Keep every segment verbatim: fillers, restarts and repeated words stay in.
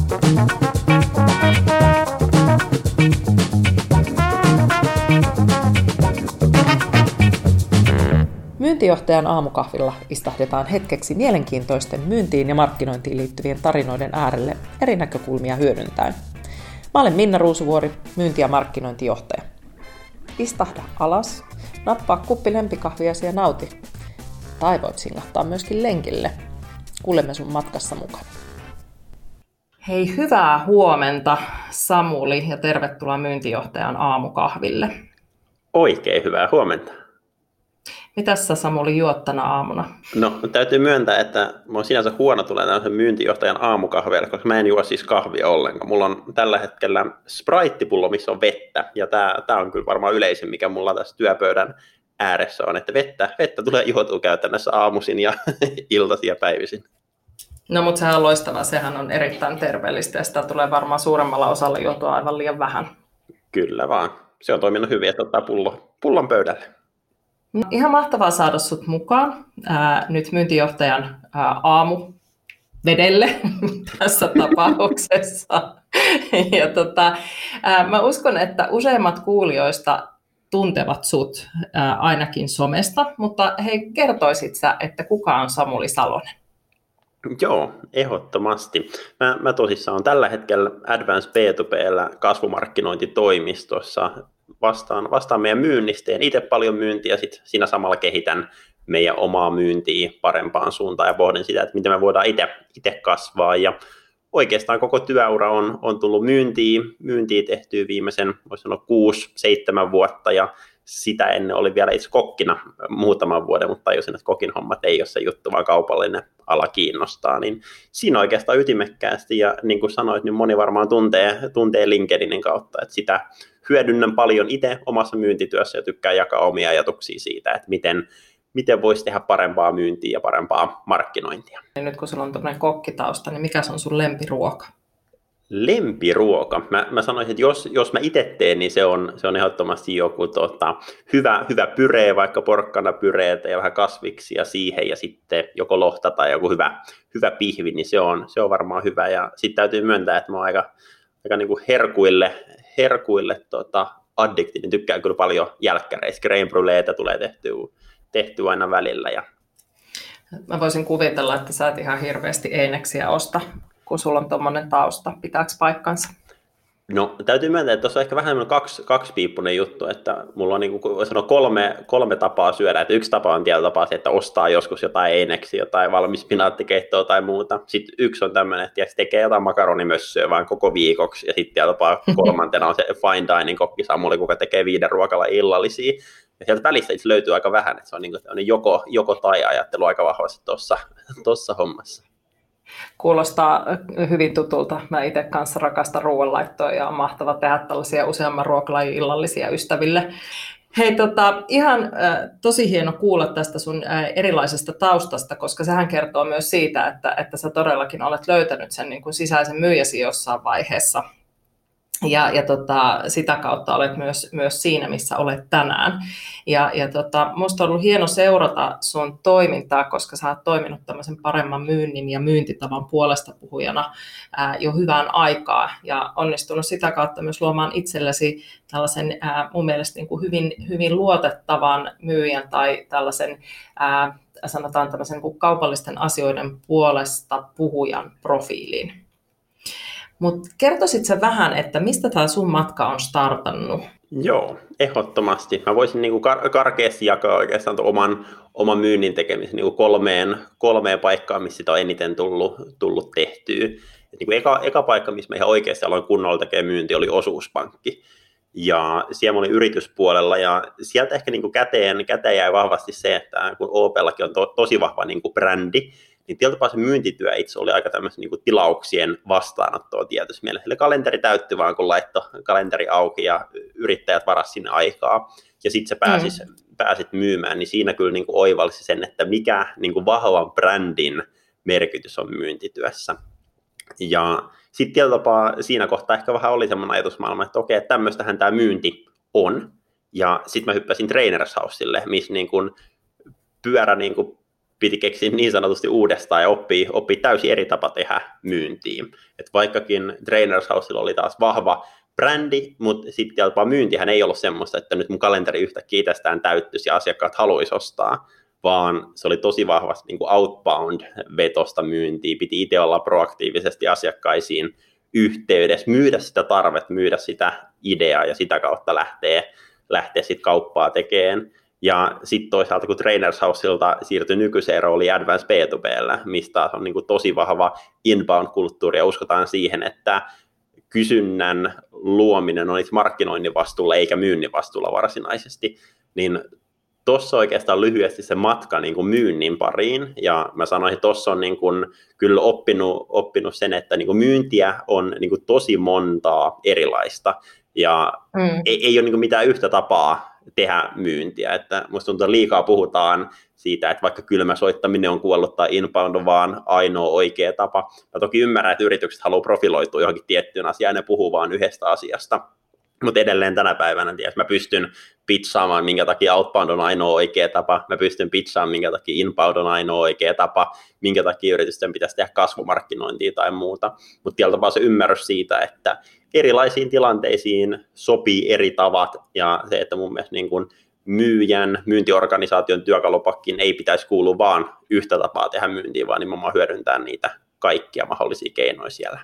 Myyntijohtajan aamukahvilla istahdetaan hetkeksi mielenkiintoisten myyntiin ja markkinointiin liittyvien tarinoiden äärelle eri näkökulmia hyödyntäen. Mä olen Minna Ruusuvuori, myynti- ja markkinointijohtaja. Istahda alas, nappaa kuppi lempikahviasi ja nauti. Tai voit singahtaa myöskin lenkille. Kuulemme sun matkassa mukana. Hei, hyvää huomenta Samuli ja tervetuloa myyntijohtajan aamukahville. Oikein hyvää huomenta. Mitäs sä Samuli juot tänä aamuna? No, täytyy myöntää, että mä oon sinänsä huono tulee tämmöisen myyntijohtajan aamukahveille, koska mä en juo siis kahvia ollenkaan. Mulla on tällä hetkellä Sprite-pullo, missä on vettä, ja tää, tää on kyllä varmaan yleisin, mikä mulla tässä työpöydän ääressä on, että vettä, vettä tulee juotua käytännössä aamuisin ja iltaisin ja päivisin. No, mutta sehän on loistavaa, sehän on erittäin terveellistä, ja sitä tulee varmaan suuremmalla osalla juotua aivan liian vähän. Kyllä vaan, se on toiminut hyvin, että ottaa pullo, pullon pöydälle. No, ihan mahtavaa saada sut mukaan ää, nyt myyntijohtajan ää, aamu vedelle tässä tapauksessa. Ja tota, ää, mä uskon, että useimmat kuulijoista tuntevat sut ää, ainakin somesta, mutta hei, kertoisit sä, että kuka on Samuli Salonen? Joo, ehdottomasti. Mä, mä tosissaan olen tällä hetkellä Advance B two B:llä kasvumarkkinointitoimistossa. Vastaan, vastaan meidän myynnistä, teen itse paljon myyntiä, sitten siinä samalla kehitän meidän omaa myyntiä parempaan suuntaan ja pohdin sitä, että miten me voidaan itse, itse kasvaa. Ja oikeastaan koko työura on, on tullut myyntiin, myyntiä tehtyä viimeisen, voisi sanoa, kuusi, seitsemän vuotta, ja sitä ennen oli vielä itse kokkina muutaman vuoden, mutta tajusin, että kokin hommat ei ole se juttu, vaan kaupallinen ala kiinnostaa. Niin siinä oikeastaan ytimekkäästi, ja niin kuin sanoit, niin moni varmaan tuntee, tuntee LinkedInin kautta, että sitä hyödynnän paljon itse omassa myyntityössä ja tykkään jakaa omia ajatuksia siitä, että miten, miten voisi tehdä parempaa myyntiä ja parempaa markkinointia. Ja nyt kun sulla on tämmöinen kokkitausta, niin mikä se on sun lempiruoka? Lempiruoka. Mä, mä sanoisin, että jos, jos mä itse teen, niin se on, se on ehdottomasti joku tota, hyvä, hyvä pyree, vaikka porkkanapyreitä ja vähän kasviksia siihen, ja sitten joko lohta tai joku hyvä, hyvä pihvi, niin se on, se on varmaan hyvä. Ja sitten täytyy myöntää, että mä oon aika, aika niin kuin herkuille, herkuille tota, addikti, niin tykkään kyllä paljon jälkkäreistä. Crème brûlétä tulee tehtyä, tehtyä aina välillä. Ja... Mä voisin kuvitella, että sä et ihan hirveästi eineksiä osta, kun sulla on tuommoinen tausta. Pitääkö paikkansa? No, täytyy myöntää, että tuossa on ehkä vähän kaksi, kaksipiippunen juttu, että mulla on niin kuin sanoa, kolme, kolme tapaa syödä. Että yksi tapa on tietyllä tapaa se, että ostaa joskus jotain eineksi, jotain valmis pinaattikeittoa tai muuta. Sitten yksi on tämmöinen, että tekee jotain makaronimössöä vaan koko viikoksi. Ja sitten tietyllä tapaa kolmantena on se fine dining kokki Samuli, kuka tekee viiden ruokalla illallisia. Ja sieltä välistä itse löytyy aika vähän, että se on niin kuin joko, joko tai ajattelu aika vahvasti tuossa hommassa. Kuulostaa hyvin tutulta. Mä itse kanssa rakastan ruoanlaittoa ja on mahtava tehdä tällaisia useamman ruokalajin illallisia ystäville. Hei, tota, ihan äh, tosi hieno kuulla tästä sun äh, erilaisesta taustasta, koska sehän kertoo myös siitä, että, että sä todellakin olet löytänyt sen niin kuin sisäisen myyjäsi jossain vaiheessa. Ja, ja tota, sitä kautta olet myös, myös siinä, missä olet tänään. Ja, ja tota, musta on ollut hieno seurata sun toimintaa, koska sä oot toiminut tämmöisen paremman myynnin ja myyntitavan puolesta puhujana ää, jo hyvään aikaa. Ja onnistunut sitä kautta myös luomaan itsellesi tällaisen ää, mun mielestä niin kuin hyvin, hyvin luotettavan myyjän tai tällaisen ää, sanotaan tämmöisen niin kuin kaupallisten asioiden puolesta puhujan profiiliin. Mutta kertoisit sä vähän, että mistä tämä sun matka on startannut? Joo, ehdottomasti. Mä voisin niinku kar- karkeasti jakaa oikeastaan oman, oman myynnin tekemisen niinku kolmeen, kolmeen paikkaan, missä sitä on eniten tullut, tullut tehtyä. Et niinku eka, eka paikka, missä mä ihan oikeasti aloin kunnolla tekemään myynti, oli osuuspankki. Ja siellä mä olin yrityspuolella, ja sieltä ehkä niinku käteen, käteen jäi vahvasti se, että kun O P:llakin on to, tosi vahva niinku brändi, niin tietyllä se myyntityö itse oli aika tämmöisen niin kuin tilauksien vastaanottoa tietysti mielessä. Eli kalenteri täyttyi vaan, kun laittoi kalenteri auki ja yrittäjät varasi sinne aikaa. Ja sitten sä pääsis, mm. pääsit myymään, niin siinä kyllä niin kuin oivalsi sen, että mikä niin kuin vahvan brändin merkitys on myyntityössä. Ja sitten tietyllä tapaa siinä kohtaa ehkä vähän oli semmoinen ajatusmaailma, että okei, että tämmöistähän tämä myynti on. Ja sitten mä hyppäsin Trainers Houselle, missä niin kuin pyörä niin kuin piti keksiä niin sanotusti uudestaan ja oppii, oppii täysin eri tapa tehdä myyntiin. Et vaikkakin Trainers Housella oli taas vahva brändi, mutta sitten jopa myyntihän ei ollut semmoista, että nyt mun kalenteri yhtäkkiä itsestään täyttyisi ja asiakkaat haluaisi ostaa, vaan se oli tosi vahvasti niin kuin outbound-vetosta myyntiä, piti itse olla proaktiivisesti asiakkaisiin yhteydessä, myydä sitä tarvetta, myydä sitä ideaa ja sitä kautta lähtee, lähtee sitten kauppaa tekemään. Ja sitten toisaalta kun Trainers Houselta siirtyi nykyiseen rooliin Advance B two B:llä, mistä taas on niin kuin tosi vahva inbound-kulttuuri ja uskotaan siihen, että kysynnän luominen on itse markkinoinnin vastuulla eikä myynnin vastuulla varsinaisesti, niin tuossa oikeastaan lyhyesti se matka niin kuin myynnin pariin, ja mä sanoisin, että tuossa on niin kuin kyllä oppinut, oppinut sen, että niin kuin myyntiä on niin kuin tosi montaa erilaista, ja mm. ei, ei ole niin kuin mitään yhtä tapaa tehdä myyntiä, että musta tuntuu, että liikaa puhutaan siitä, että vaikka kylmä soittaminen on kuollut tai inbound on vaan ainoa oikea tapa. Mä toki ymmärrän, että yritykset haluaa profiloitua johonkin tiettyyn asiaan ja ne puhuu vaan yhdestä asiasta. Mutta edelleen tänä päivänä, ties, mä pystyn pitchaamaan, minkä takia outbound on ainoa oikea tapa, mä pystyn pitchaamaan, minkä takia inbound on ainoa oikea tapa, minkä takia yritysten pitäisi tehdä kasvumarkkinointia tai muuta. Mutta tietyllä tapaa se ymmärrys siitä, että erilaisiin tilanteisiin sopii eri tavat, ja se, että mun mielestä niin kun myyjän, myyntiorganisaation työkalupakkiin ei pitäisi kuulua vaan yhtä tapaa tehdä myyntiä, vaan nimenomaan hyödyntää niitä kaikkia mahdollisia keinoja siellä.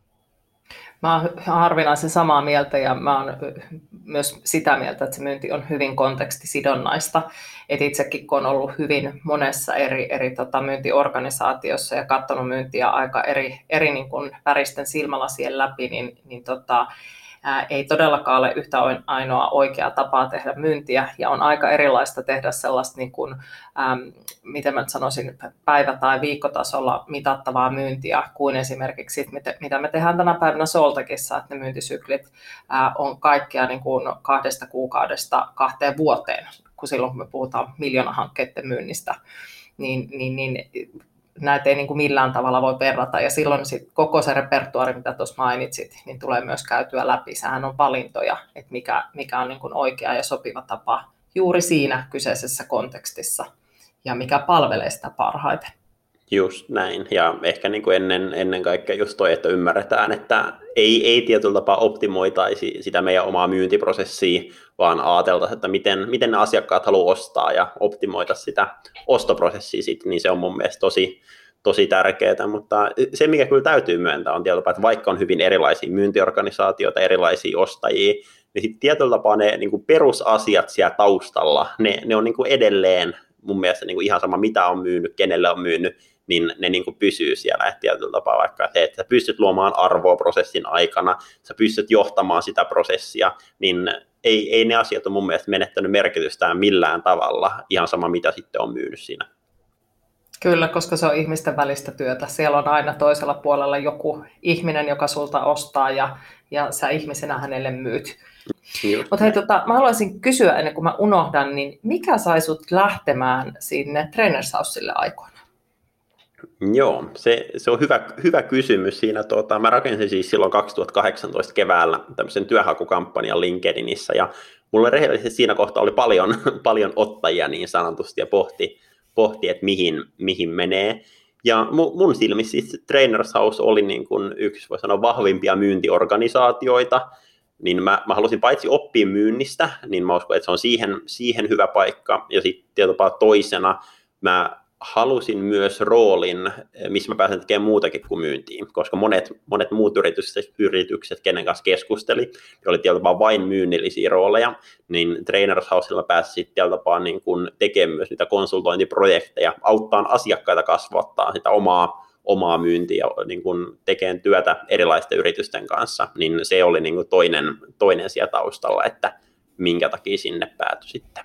Mä oon harvinaisen samaa mieltä ja mä oon myös sitä mieltä, että se myynti on hyvin kontekstisidonnaista. Et itsekin kun on ollut hyvin monessa eri, eri tota, myyntiorganisaatiossa ja katsonut myyntiä aika eri, eri niin kuin väristen silmälasien läpi, niin, niin tota, ää, ei todellakaan ole yhtä ainoa oikeaa tapaa tehdä myyntiä ja on aika erilaista tehdä sellaista, niin kuin, äm, miten mä sanoisin, päivä- tai viikkotasolla mitattavaa myyntiä kuin esimerkiksi sit, mitä me tehdään tänä päivänä Soltekissa, että ne myyntisyklit ää, on kaikkea niin kuin kahdesta kuukaudesta kahteen vuoteen, kun silloin kun me puhutaan miljoonahankkeiden myynnistä, niin, niin, niin näitä ei niin kuin millään tavalla voi verrata, ja silloin sit koko se repertuaari, mitä tuossa mainitsit, niin tulee myös käytyä läpi. Sehän on valintoja, että mikä, mikä on niin kuin oikea ja sopiva tapa juuri siinä kyseisessä kontekstissa, ja mikä palvelee sitä parhaiten. Just näin, ja ehkä niin kuin ennen, ennen kaikkea just toi, että ymmärretään, että ei, ei tietyllä tapaa optimoitaisi sitä meidän omaa myyntiprosessia, vaan ajateltaisiin, että miten, miten ne asiakkaat haluaa ostaa ja optimoita sitä ostoprosessia sitten, niin se on mun mielestä tosi, tosi tärkeää, mutta se, mikä kyllä täytyy myöntää, on tietyllä tapaa, että vaikka on hyvin erilaisia myyntiorganisaatioita, erilaisia ostajia, niin sitten tietyllä tapaa ne niin kuin perusasiat siellä taustalla, ne, ne on niin kuin edelleen mun mielestä niin kuin ihan sama, mitä on myynyt, kenelle on myynyt, niin ne niin kuin pysyy siellä. Et tietyllä tapaa vaikka se, että sä pystyt luomaan arvoa prosessin aikana, sä pystyt johtamaan sitä prosessia, niin ei, ei ne asiat ole mun mielestä menettänyt merkitystään millään tavalla, ihan sama, mitä sitten on myynyt siinä. Kyllä, koska se on ihmisten välistä työtä. Siellä on aina toisella puolella joku ihminen, joka sulta ostaa, ja, ja sä ihmisenä hänelle myyt. Mutta hei, tota, mä haluaisin kysyä ennen kuin mä unohdan, niin mikä sai sut lähtemään sinne Trainers Houselle aikoina? Joo, se, se on hyvä, hyvä kysymys siinä. Tuota, mä rakensin siis silloin kaksituhattakahdeksantoista keväällä tämmöisen työhakukampanjan LinkedInissä, ja mulla rehellisesti siinä kohtaa oli paljon, paljon ottajia niin sanotusti, ja pohti, pohti että mihin, mihin menee. Ja mun silmissä siis Trainers House oli niin kuin yksi, voi sanoa, vahvimpia myyntiorganisaatioita, niin mä, mä halusin paitsi oppia myynnistä, niin mä uskon, että se on siihen, siihen hyvä paikka, ja sitten toisena mä halusin myös roolin, missä mä pääsen tekemään muutakin kuin myyntiin, koska monet, monet muut yritykset, yritykset, kenen kanssa keskusteli, oli tietyllä vain myynnillisiä rooleja, niin Trainers Housella pääsi sitten tapaa niin kuin tekemään myös niitä konsultointiprojekteja, auttaa asiakkaita kasvattaa sitä omaa, omaa myyntiä ja niin kuin tekemään työtä erilaisten yritysten kanssa, niin se oli niin kuin toinen, toinen siellä taustalla, että minkä takia sinne päätyi sitten.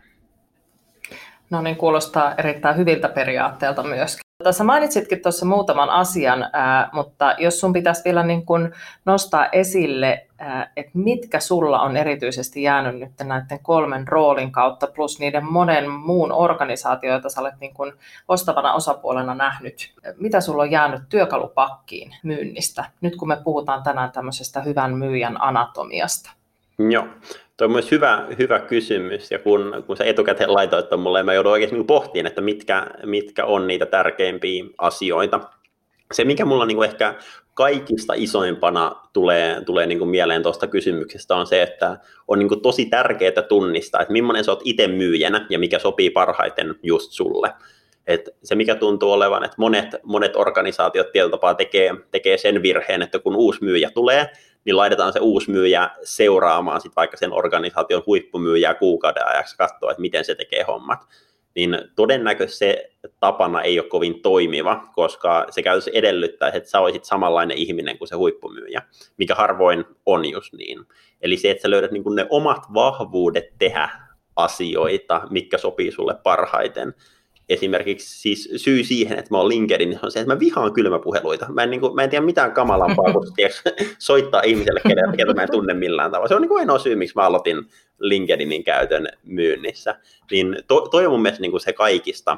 No niin, kuulostaa erittäin hyviltä periaatteelta myöskin. Tässä mainitsitkin tuossa muutaman asian, ää, mutta jos sun pitäisi vielä niin kuin nostaa esille, ää, että mitkä sulla on erityisesti jäänyt nyt näiden kolmen roolin kautta, plus niiden monen muun organisaatio, jota sä olet niin kuin ostavana osapuolena nähnyt. Mitä sulla on jäänyt työkalupakkiin myynnistä, nyt kun me puhutaan tänään tämmöisestä hyvän myyjän anatomiasta? Joo. Tuo on myös hyvä, hyvä kysymys, ja kun, kun sä etukäteen laitoit tuon mulle, mä joudun oikeasti niin pohtimaan, että mitkä, mitkä on niitä tärkeimpiä asioita. Se, mikä mulla niin kuin ehkä kaikista isoimpana tulee, tulee niin kuin mieleen tuosta kysymyksestä, on se, että on niin kuin tosi tärkeää tunnistaa, että millainen sä oot itse myyjänä ja mikä sopii parhaiten just sulle. Et se, mikä tuntuu olevan, että monet, monet organisaatiot tietyllä tapaa tekee, tekee sen virheen, että kun uusi myyjä tulee, niin laitetaan se uusi myyjä seuraamaan sit vaikka sen organisaation huippumyyjää kuukauden ajaksi katsoa, että miten se tekee hommat. Niin todennäköisesti se tapana ei ole kovin toimiva, koska se käytössä edellyttää, että sä olisit samanlainen ihminen kuin se huippumyyjä, mikä harvoin on just niin. Eli se, että sä löydät niin kuin ne omat vahvuudet tehdä asioita, mitkä sopii sulle parhaiten. Esimerkiksi siis syy siihen, että mä oon LinkedInissä, on se, että mä vihaan kylmäpuheluita. Mä en, niin kuin, mä en tiedä mitään kamalampaa kuin soittaa ihmiselle, ketä mä en tunne millään tavalla. Se on niin kuin ainoa syy, miksi mä aloitin LinkedInin käytön myynnissä. Niin to, toi on mun mielestä niin kuin se kaikista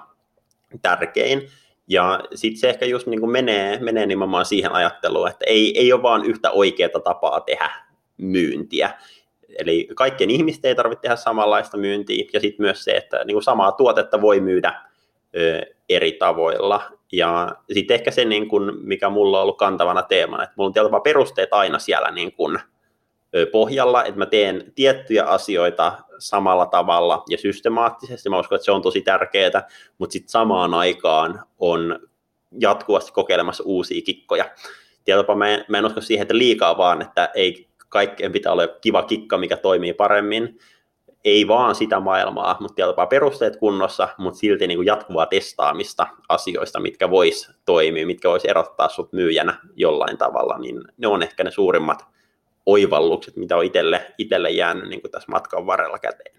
tärkein. Ja sitten se ehkä just niin kuin menee, menee nimenomaan siihen ajatteluun, että ei, ei ole vaan yhtä oikeaa tapaa tehdä myyntiä. Eli kaikkien ihmisten ei tarvitse tehdä samanlaista myyntiä, ja sitten myös se, että niin kuin samaa tuotetta voi myydä ö, eri tavoilla. Ja sitten ehkä se, niin kuin, mikä mulla on ollut kantavana teemana, että mulla on tietysti perusteet aina siellä niin kuin, ö, pohjalla, että mä teen tiettyjä asioita samalla tavalla ja systemaattisesti. Mä uskon, että se on tosi tärkeää, mutta sitten samaan aikaan on jatkuvasti kokeilemassa uusia kikkoja. Tietysti mä en, mä en usko siihen, että liikaa vaan, että ei kaikkeen pitää olla kiva kikka, mikä toimii paremmin. Ei vaan sitä maailmaa, mutta tietysti perusteet kunnossa, mutta silti niin kuin jatkuvaa testaamista asioista, mitkä vois toimia, mitkä vois erottaa sut myyjänä jollain tavalla, niin ne on ehkä ne suurimmat oivallukset, mitä on itselle, itselle jäänyt niin kuin tässä matkan varrella käteen.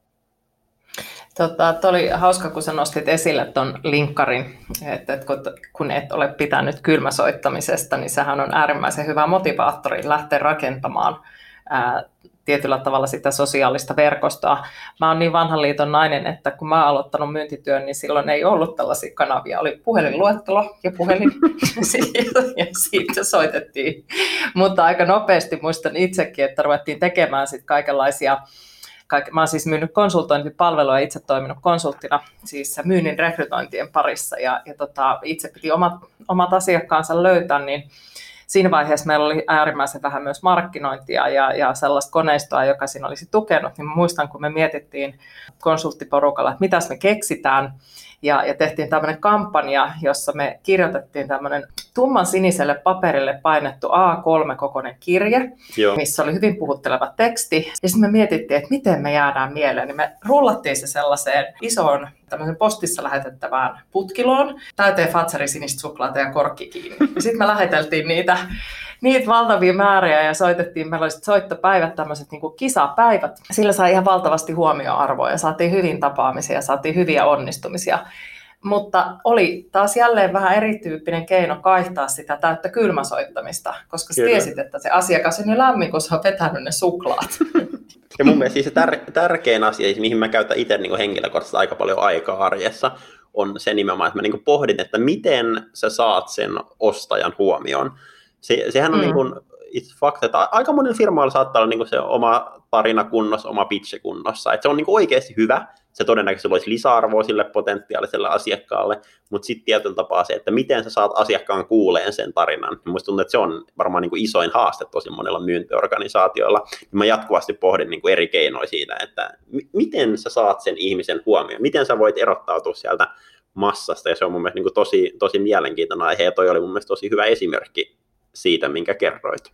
Tota, oli hauska, kun sä nostit esille tuon linkkarin, että, että kun et ole pitänyt kylmäsoittamisesta, niin sehän on äärimmäisen hyvä motivaattori lähteä rakentamaan ää, tietyllä tavalla sitä sosiaalista verkostoa. Mä oon niin vanhan liiton nainen, että kun mä oon aloittanut myyntityön, niin silloin ei ollut tällaisia kanavia. Oli puhelinluettelo ja puhelin, ja siitä soitettiin. Mutta aika nopeasti muistan itsekin, että ruvettiin tekemään sit kaikenlaisia. Mä oon siis myynyt konsultointipalvelua ja itse toiminut konsulttina siis myynnin rekrytointien parissa ja, ja tota, itse piti omat, omat asiakkaansa löytää, niin siinä vaiheessa meillä oli äärimmäisen vähän myös markkinointia ja, ja sellaista koneistoa, joka siinä olisi tukenut, niin muistan, kun me mietittiin konsulttiporukalla, että mitäs me keksitään, ja, ja tehtiin tämmöinen kampanja, jossa me kirjoitettiin tämmöinen tumman siniselle paperille painettu A kolme kokoinen kirje, Joo. missä oli hyvin puhutteleva teksti. Ja sitten me mietittiin, että miten me jäädään mieleen. Niin me rullattiin se sellaiseen isoon tämmöisen postissa lähetettävään putkiloon, täyteen Fazerin sinistä suklaata ja korkki kiinni. Ja sitten me läheteltiin niitä, niitä valtavia määriä ja soitettiin, meillä oli soittopäivät, tämmöiset niin kuin kisapäivät. Sillä sai ihan valtavasti huomioarvoa ja saatiin hyvin tapaamisia, saatiin hyviä onnistumisia. Mutta oli taas jälleen vähän erityyppinen keino kaihtaa sitä täyttä kylmäsoittamista, koska sä tiesit, että se asiakas on niin lämmin, kun sä oot vetänyt ne suklaat. Ja mun mielestä siis se tär- tärkein asia, mihin mä käytän itse niin henkilökohtaisesti aika paljon aikaa arjessa, on se nimenomaan, että mä niin pohdin, että miten sä saat sen ostajan huomioon. Se, sehän on mm. niin kuin, it's fact, että aika monilla firmoilla saattaa olla niin kuin se oma tarina kunnossa, oma pitch kunnossa. Että se on niin kuin oikeasti hyvä, se todennäköisesti loisi lisäarvoa sille potentiaaliselle asiakkaalle, mutta sitten tietyllä tapaa se, että miten sä saat asiakkaan kuuleen sen tarinan. Minusta tuntuu, että se on varmaan niin kuin isoin haaste tosi monilla myyntiorganisaatioilla. Mä jatkuvasti pohdin niin kuin eri keinoja siitä, että m- miten sä saat sen ihmisen huomioon, miten sä voit erottautua sieltä massasta, ja se on mun mielestä niin kuin tosi, tosi mielenkiintoinen aihe, ja toi oli mun mielestä tosi hyvä esimerkki siitä, minkä kerroit.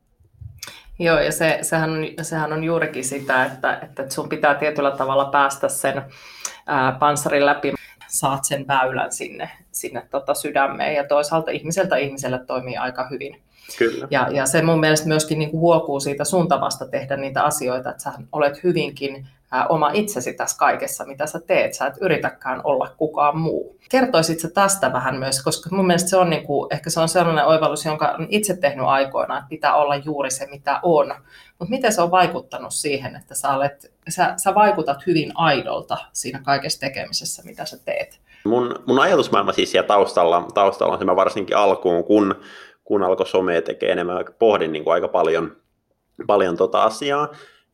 Joo, ja se, sehän, on, sehän on juurikin sitä, että, että sun pitää tietyllä tavalla päästä sen ää, panssarin läpi, saat sen väylän sinne, sinne tota sydämeen, ja toisaalta ihmiseltä ihmiselle toimii aika hyvin. Kyllä. Ja, ja se mun mielestä myöskin niin kuin huokuu siitä sun tavasta tehdä niitä asioita, että sä olet hyvinkin ää, oma itsesi tässä kaikessa, mitä sä teet. Sä et yritäkään olla kukaan muu. Kertoisit sä tästä vähän myös, koska mun mielestä se on niin kuin, ehkä se on sellainen oivallus, jonka olen itse tehnyt aikoinaan, että pitää olla juuri se, mitä on. Mutta miten se on vaikuttanut siihen, että sä, olet, sä, sä vaikutat hyvin aidolta siinä kaikessa tekemisessä, mitä sä teet? Mun, mun ajatusmaailma siis siellä taustalla, taustalla on se, mä varsinkin alkuun, kun kun alkoi somea tekemään enemmän, pohdin niin kuin aika paljon, paljon tota asiaa.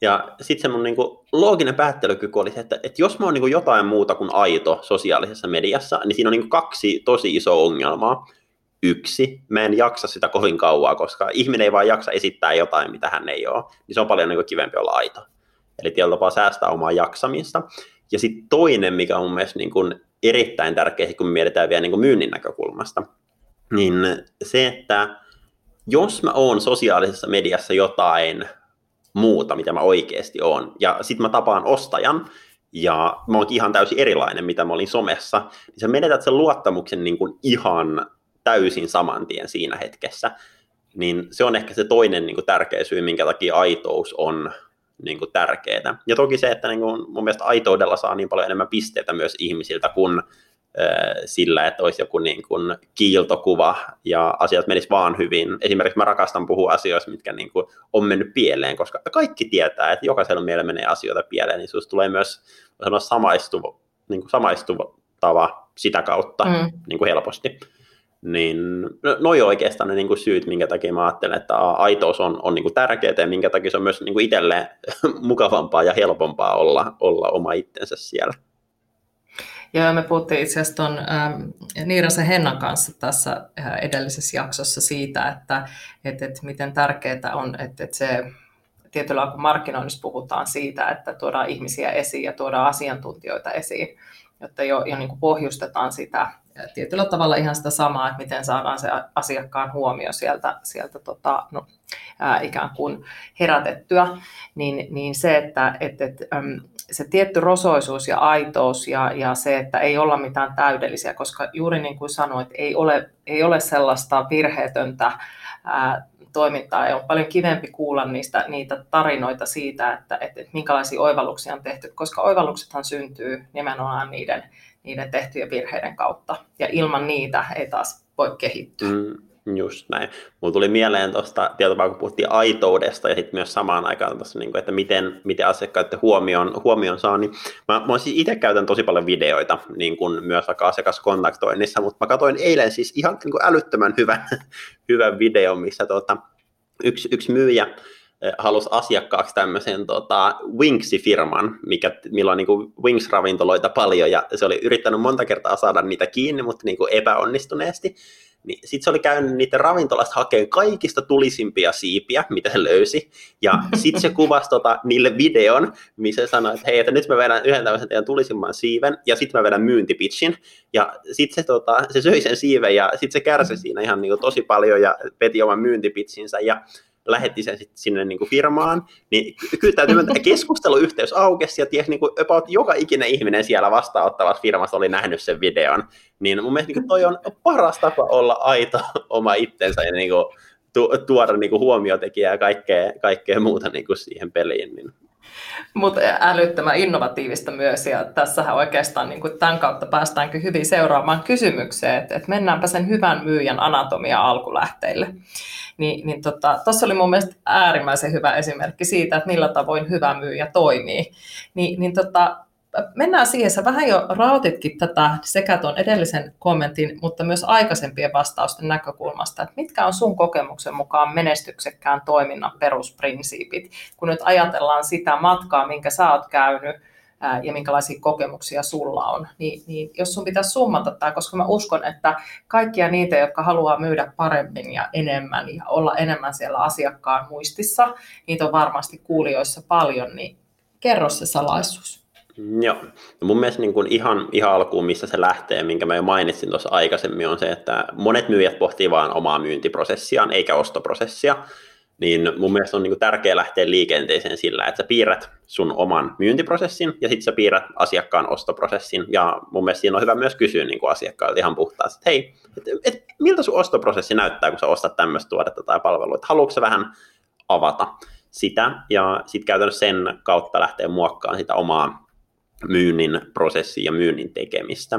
Ja sitten se mun niin kuin looginen päättelykyky oli se, että, että jos mä oon niin kuin jotain muuta kuin aito sosiaalisessa mediassa, niin siinä on niin kuin kaksi tosi isoa ongelmaa. Yksi, mä en jaksa sitä kovin kauaa, koska ihminen ei vaan jaksa esittää jotain, mitä hän ei ole, niin se on paljon niin kuin kivempi olla aito. Eli tietyllä tapaa säästää omaa jaksamista. Ja sitten toinen, mikä on mun mielestä niin kuin erittäin tärkeä, kun mietitään vielä niin kuin myynnin näkökulmasta, niin se, että jos mä oon sosiaalisessa mediassa jotain muuta, mitä mä oikeasti oon, ja sitten mä tapaan ostajan, ja mä oonkin ihan täysin erilainen, mitä mä olin somessa, niin sä menetät sen luottamuksen niin kuin ihan täysin saman tien siinä hetkessä. Niin se on ehkä se toinen niin kuin tärkeä syy, minkä takia aitous on niin kuin tärkeää. Ja toki se, että niin kuin mun mielestä aitoudella saa niin paljon enemmän pisteitä myös ihmisiltä kuin sillä, että olisi joku niin kuin kiiltokuva ja asiat menis vaan hyvin. Esimerkiksi mä rakastan puhua asioista, mitkä niin kuin on mennyt pieleen, koska kaikki tietää, että jokaisella meillä menee asioita pieleen, niin susta tulee myös samaistuva, niin kuin samaistuva sitä kautta mm. niin kuin helposti. Niin noi oikeastaan ne niin kuin syyt, minkä takia mä ajattelen, että aitous on, on niin kuin tärkeää ja minkä takia se on myös niin kuin itselleen mukavampaa ja helpompaa olla, olla oma itsensä siellä. Ja me puhuttiin itse asiassa tuon ähm, Niirasen Hennan kanssa tässä äh, edellisessä jaksossa siitä, että et, et miten tärkeää on, että et se tietyllä kun markkinoinnissa puhutaan siitä, että tuodaan ihmisiä esiin ja tuodaan asiantuntijoita esiin, jotta jo, jo niin kuin pohjustetaan sitä tietyllä tavalla ihan sitä samaa, että miten saadaan se asiakkaan huomio sieltä, sieltä tota, no, ää, ikään kuin herätettyä, niin, niin se, että et, et, äm, se tietty rosoisuus ja aitous ja, ja se, että ei olla mitään täydellisiä, koska juuri niin kuin sanoit, ei ole, ei ole sellaista virheetöntä ää, toimintaa, ja on paljon kivempi kuulla niistä, niitä tarinoita siitä, että, että, että minkälaisia oivalluksia on tehty, koska oivalluksethan syntyy nimenomaan niiden, niiden tehtyjen virheiden kautta, ja ilman niitä ei taas voi kehittyä. Mm, just näin. Mulla tuli mieleen tuosta, tietysti kun puhuttiin aitoudesta, ja sitten myös samaan aikaan tossa, että miten, miten asiakkaiden huomioon, huomioon saa, niin mä, mä siis itse käytän tosi paljon videoita, niin kuin myös vaikka asiakaskontaktoinnissa, mutta mä katsoin eilen siis ihan niin kuin älyttömän hyvän, hyvän videon, missä tota, yksi, yksi myyjä halusi asiakkaaksi tämmöisen tota, Wingsi-firman, mikä, millä on niin kuin Wings-ravintoloita paljon, ja se oli yrittänyt monta kertaa saada niitä kiinni, mutta niin kuin epäonnistuneesti. Niin sitten se oli käynyt niiden ravintolasta hakemaan kaikista tulisimpia siipiä, mitä se löysi, ja sitten se kuvasi tota, niille videon, missä se sanoi, että hei, että nyt mä vedän yhden tämmöisen teidän tulisimman siiven, ja sitten mä vedän myyntipitchin, ja sitten se, tota, se söi sen siiven, ja sitten se kärsi siinä ihan niin kuin tosi paljon, ja veti oman myyntipitchinsä, ja lähetti sen sitten sinne niin kuin firmaan, niin kyllä täytyy myöntää, että keskusteluyhteys aukesi, ja ties, niin kuin about joka ikinen ihminen siellä vastaanottavassa firmassa oli nähnyt sen videon. Niin mun mielestä niin kuin toi on paras tapa olla aito oma itsensä ja niin kuin tu- tuoda niin kuin huomiotekijää ja kaikkea, kaikkea muuta niin kuin siihen peliin. Niin. Mutta älyttömän innovatiivista myös, ja tässähän oikeastaan niin kuin tämän kautta päästäänkin hyvin seuraamaan kysymykseen, että, että mennäänpä sen hyvän myyjän anatomia alkulähteille. Niin, niin tota, tuossa oli mun mielestä äärimmäisen hyvä esimerkki siitä, että millä tavoin hyvä myyjä toimii. Ni, niin tota, mennään siihen, sä vähän jo raotitkin tätä sekä tuon edellisen kommentin, mutta myös aikaisempien vastausten näkökulmasta, että mitkä on sun kokemuksen mukaan menestyksekkään toiminnan perusprinsiipit, kun nyt ajatellaan sitä matkaa, minkä sä oot käynyt, ja minkälaisia kokemuksia sulla on, niin, niin jos sun pitäisi summata tämä, koska mä uskon, että kaikkia niitä, jotka haluaa myydä paremmin ja enemmän ja olla enemmän siellä asiakkaan muistissa, niitä on varmasti kuulijoissa paljon, niin kerro se salaisuus. Joo. No mun mielestä niin kuin ihan, ihan alkuun, missä se lähtee, minkä mä jo mainitsin tuossa aikaisemmin, on se, että monet myyjät pohtii vaan omaa myyntiprosessiaan eikä ostoprosessia. Niin mun mielestä on niin kuin tärkeää lähteä liikenteeseen sillä, että sä piirrät sun oman myyntiprosessin ja sitten sä piirrät asiakkaan ostoprosessin. Ja mun mielestä siinä on hyvä myös kysyä niin kuin asiakkailta ihan puhtaasti, että hei, et, et, miltä sun ostoprosessi näyttää, kun sä ostat tämmöistä tuotetta tai palvelua, että haluatko sä vähän avata sitä ja sitten käytännössä sen kautta lähteä muokkaamaan sitä omaa myynnin prosessia ja myynnin tekemistä.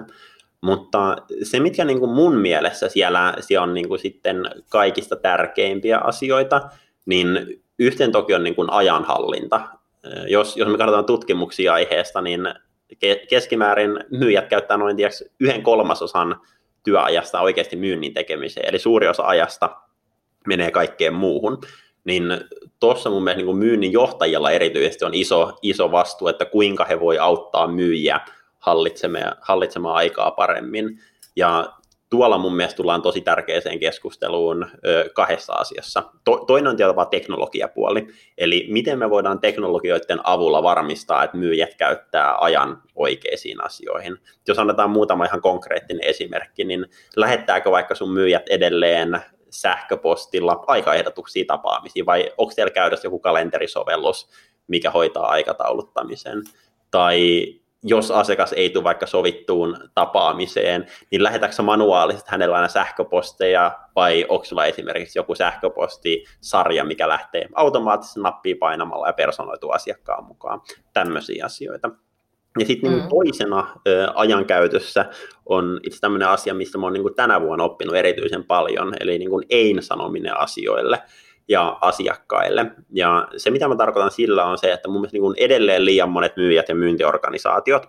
Mutta se, mitkä niin kuin mun mielessä siellä, siellä on niin kuin sitten kaikista tärkeimpiä asioita, niin yhten toki on niin kuin ajanhallinta. Jos, jos me katsotaan tutkimuksia aiheesta, niin keskimäärin myyjät käyttää noin tiiäks, yhden kolmasosan työajasta oikeasti myynnin tekemiseen, eli suuri osa ajasta menee kaikkeen muuhun. Niin tuossa mun mielestä niin kuin myynnin johtajilla erityisesti on iso, iso vastuu, että kuinka he voi auttaa myyjiä hallitsemaan, hallitsemaan aikaa paremmin. Ja tuolla mun mielestä tullaan tosi tärkeäseen keskusteluun ö, kahdessa asiassa. To, toinen on tietysti teknologiapuoli, eli miten me voidaan teknologioiden avulla varmistaa, että myyjät käyttää ajan oikeisiin asioihin. Jos annetaan muutama ihan konkreettinen esimerkki, niin lähettääkö vaikka sun myyjät edelleen sähköpostilla aikaehdotuksia tapaamisiin, vai onko teillä käydessä joku kalenterisovellus, mikä hoitaa aikatauluttamisen, tai jos asiakas ei tule vaikka sovittuun tapaamiseen, niin lähetätkö manuaalisesti hänellä aina sähköposteja, vai onko sulla esimerkiksi joku sähköpostisarja, mikä lähtee automaattisesti nappia painamalla ja personoituu asiakkaan mukaan, tämmöisiä asioita. Ja sitten niin toisena ö, ajankäytössä on itse tämmöinen asia, mistä mä oon niin tänä vuonna oppinut erityisen paljon, eli niin ein sanominen asioille ja asiakkaille. Ja se, mitä mä tarkoitan sillä, on se, että mun mielestä niin edelleen liian monet myyjät ja myyntiorganisaatiot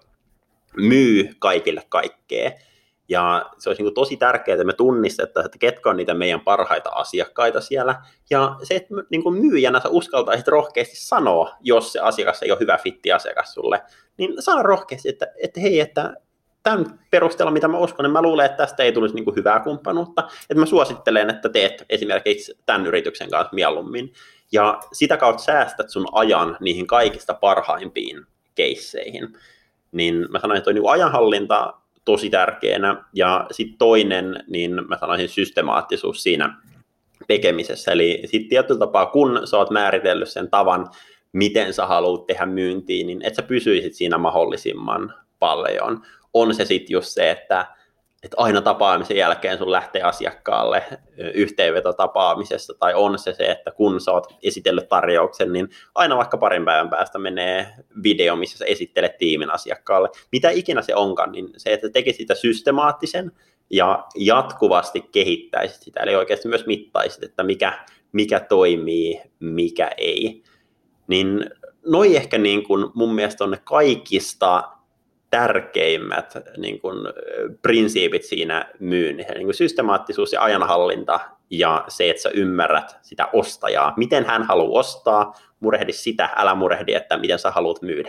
myy kaikille kaikkea. Ja se olisi niin tosi tärkeää, että me tunnistettaisiin, että ketkä on niitä meidän parhaita asiakkaita siellä. Ja se, että niin myyjänä sä uskaltaisit rohkeasti sanoa, jos se asiakas ei ole hyvä fitti asiakas sulle, niin sano rohkeasti, että, että hei, että tämän perusteella, mitä mä uskon, niin mä luulen, että tästä ei tulisi niin kuin hyvää kumppanuutta. Että mä suosittelen, että teet esimerkiksi tämän yrityksen kanssa mieluummin. Ja sitä kautta säästät sun ajan niihin kaikista parhaimpiin keisseihin. Niin mä sanoin, että on niin kuin ajanhallinta tosi tärkeänä. Ja sitten toinen, niin mä sanoisin systemaattisuus siinä tekemisessä. Eli sitten tietyllä tapaa, kun sä oot määritellyt sen tavan, miten sä haluat tehdä myyntiin, niin että sä pysyisit siinä mahdollisimman paljon. On se sitten just se, että, että aina tapaamisen jälkeen sun lähtee asiakkaalle yhteenveto tapaamisesta, tai on se se, että kun sä oot esitellyt tarjouksen, niin aina vaikka parin päivän päästä menee video, missä sä esittelet tiimin asiakkaalle. Mitä ikinä se onkaan, niin se, että tekisit sitä systemaattisen ja jatkuvasti kehittäisit sitä, eli oikeasti myös mittaisit, että mikä, mikä toimii, mikä ei. Niin noi ehkä niin kuin mun mielestä on ne kaikista tärkeimmät niin kuin, prinsiipit siinä myynnissä, niin kuin systemaattisuus ja ajanhallinta ja se, että sä ymmärrät sitä ostajaa, miten hän haluaa ostaa, murehdi sitä, älä murehdi, että miten sä haluat myydä.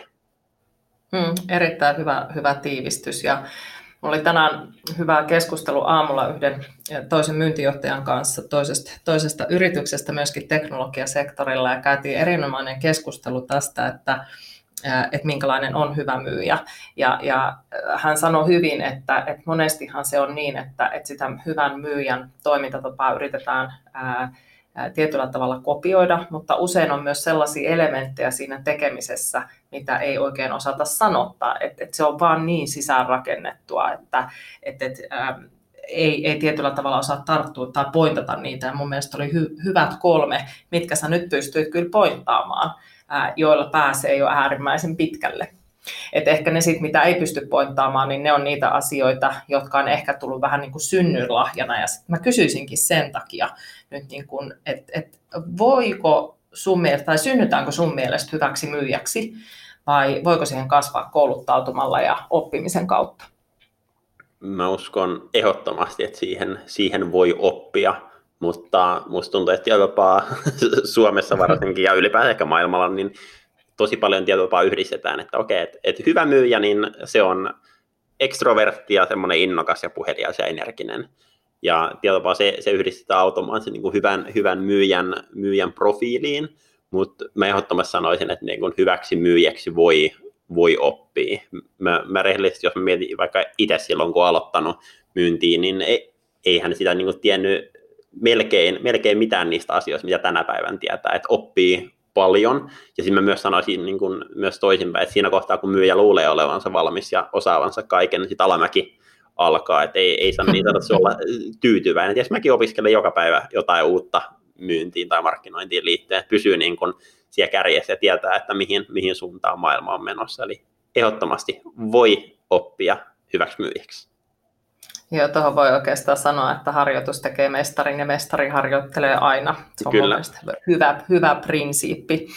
Mm, erittäin hyvä, hyvä tiivistys ja mulla oli tänään hyvä keskustelu aamulla yhden toisen myyntijohtajan kanssa toisesta, toisesta yrityksestä myöskin teknologiasektorilla ja käytiin erinomainen keskustelu tästä, että että minkälainen on hyvä myyjä. Ja, ja hän sanoi hyvin, että, että monestihan se on niin, että, että sitä hyvän myyjän toimintatapaa yritetään ää, ää, tietyllä tavalla kopioida, mutta usein on myös sellaisia elementtejä siinä tekemisessä, mitä ei oikein osata sanottaa. Että, että se on vaan niin sisäänrakennettua, että, että, että ää, ei, ei tietyllä tavalla osaa tarttua tai pointata niitä. Ja mun mielestä oli hy, hyvät kolme, mitkä sä nyt pystyit kyllä pointtaamaan, joilla pääsee jo äärimmäisen pitkälle. Et ehkä ne sit, mitä ei pysty pointtaamaan, niin ne on niitä asioita, jotka on ehkä tullut vähän niin kuin synnynlahjana. Ja sit mä kysyisinkin sen takia nyt, niin kuin, että et voiko sun mielestä, tai synnytäänkö sun mielestä hyväksi myyjäksi, vai voiko siihen kasvaa kouluttautumalla ja oppimisen kautta? Mä uskon ehdottomasti, että siihen, siihen voi oppia. Mutta musta tuntuu, että jopa Suomessa varsinkin ja ylipäätään ehkä maailmalla, niin tosi paljon tietopaa yhdistetään, että okei, että, että hyvä myyjä, niin se on ekstrovertti ja semmoinen innokas ja puhelias ja energinen. Ja tietopaa se, se yhdistetään automaattisesti niin kuin hyvän, hyvän myyjän, myyjän profiiliin, mutta mä ehdottomasti sanoisin, että niin kuin hyväksi myyjäksi voi, voi oppia. Mä, mä rehellisesti, jos mä mietin vaikka itse silloin, kun aloittanut myyntiin, niin ei, eihän sitä niin kuin tiennyt Melkein, melkein mitään niistä asioista, mitä tänä päivän tietää, että oppii paljon. Ja sitten mä myös sanoisin niin kun, myös toisinpäin, että siinä kohtaa, kun myyjä luulee olevansa valmis ja osaavansa kaiken, niin sitten alamäki alkaa, että ei, ei saa niin tarvitse olla tyytyväinen. Ja mäkin opiskelen joka päivä jotain uutta myyntiin tai markkinointiin liittyen, että pysyy niin kun siellä kärjessä ja tietää, että mihin, mihin suuntaan maailma on menossa. Eli ehdottomasti voi oppia hyväksi myyjäksi. Joo, tuohon voi oikeastaan sanoa, että harjoitus tekee mestarin ja mestari harjoittelee aina. Se on Kyllä. hyvä, hyvä prinsiippi.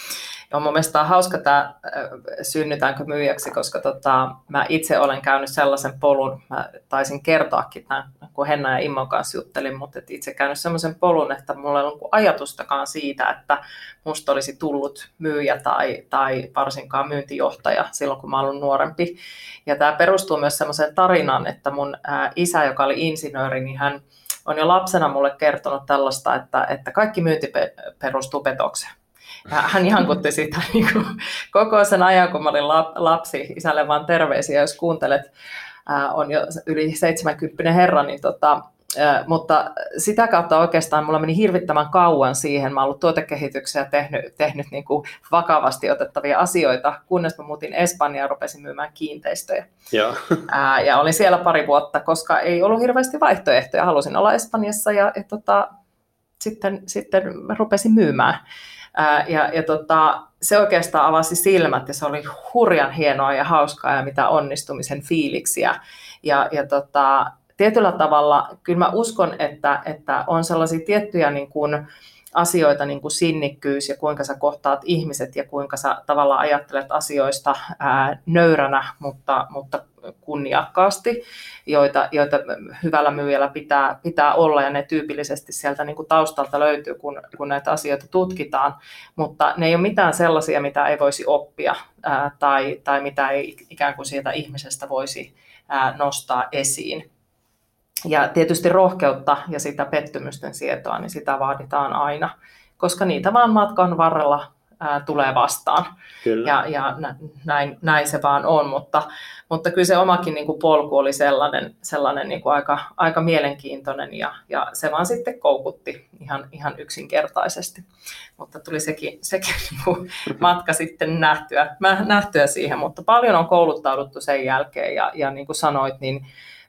Ja mun mielestä on hauska tämä synnytäänkö myyjäksi, koska tota, mä itse olen käynyt sellaisen polun, mä taisin kertoakin tämän, kun Henna ja Immon kanssa juttelin, mutta itse käynyt sellaisen polun, että mulla ei ollut ajatustakaan siitä, että musta olisi tullut myyjä tai, tai varsinkaan myyntijohtaja silloin, kun mä olin nuorempi. Ja tämä perustuu myös sellaiseen tarinaan, että mun ää, isä, joka oli insinööri, niin hän on jo lapsena mulle kertonut tällaista, että, että kaikki myynti perustuu petokseen. Ja hän ihankutti sitä niin kuin, koko sen ajan, kun mä olin lapsi. Isälle vaan terveisiä, jos kuuntelet. Ää, on jo yli seitsemänkymppinen herra, niin tota, ää, mutta sitä kautta oikeastaan mulla meni hirvittävän kauan siihen. Mä oon ollut tuotekehityksiä tehnyt, tehnyt niin kuin vakavasti otettavia asioita, kunnes mä muutin Espanjaan ja rupesin myymään kiinteistöjä. Joo. Ää, ja olin siellä pari vuotta, koska ei ollut hirveästi vaihtoehtoja. Halusin olla Espanjassa ja, ja tota, sitten, sitten mä rupesin myymään. Ää, ja, ja tota, se oikeastaan avasi silmät ja se oli hurjan hienoa ja hauskaa ja mitä onnistumisen fiiliksiä. Ja, ja tota, tietyllä tavalla kyllä mä uskon, että, että on sellaisia tiettyjä niin kuin asioita, niin kuin sinnikkyys ja kuinka sä kohtaat ihmiset ja kuinka sä tavallaan ajattelet asioista ää, nöyränä, mutta, mutta kunniakkaasti, joita, joita hyvällä myyjällä pitää, pitää olla, ja ne tyypillisesti sieltä niin kuin taustalta löytyy, kun, kun näitä asioita tutkitaan, mutta ne ei ole mitään sellaisia, mitä ei voisi oppia ää, tai, tai mitä ei ikään kuin sieltä ihmisestä voisi ää, nostaa esiin. Ja tietysti rohkeutta ja sitä pettymysten sietoa, niin sitä vaaditaan aina, koska niitä vaan matkan varrella ää, tulee vastaan. Kyllä. Ja, ja näin, näin se vaan on, mutta, mutta kyllä se omakin niin kuin polku oli sellainen, sellainen niin kuin aika, aika mielenkiintoinen ja, ja se vaan sitten koukutti ihan, ihan yksinkertaisesti. Mutta tuli sekin, sekin niin kuin matka sitten nähtyä, nähtyä siihen, mutta paljon on kouluttauduttu sen jälkeen ja, ja niin kuin sanoit, niin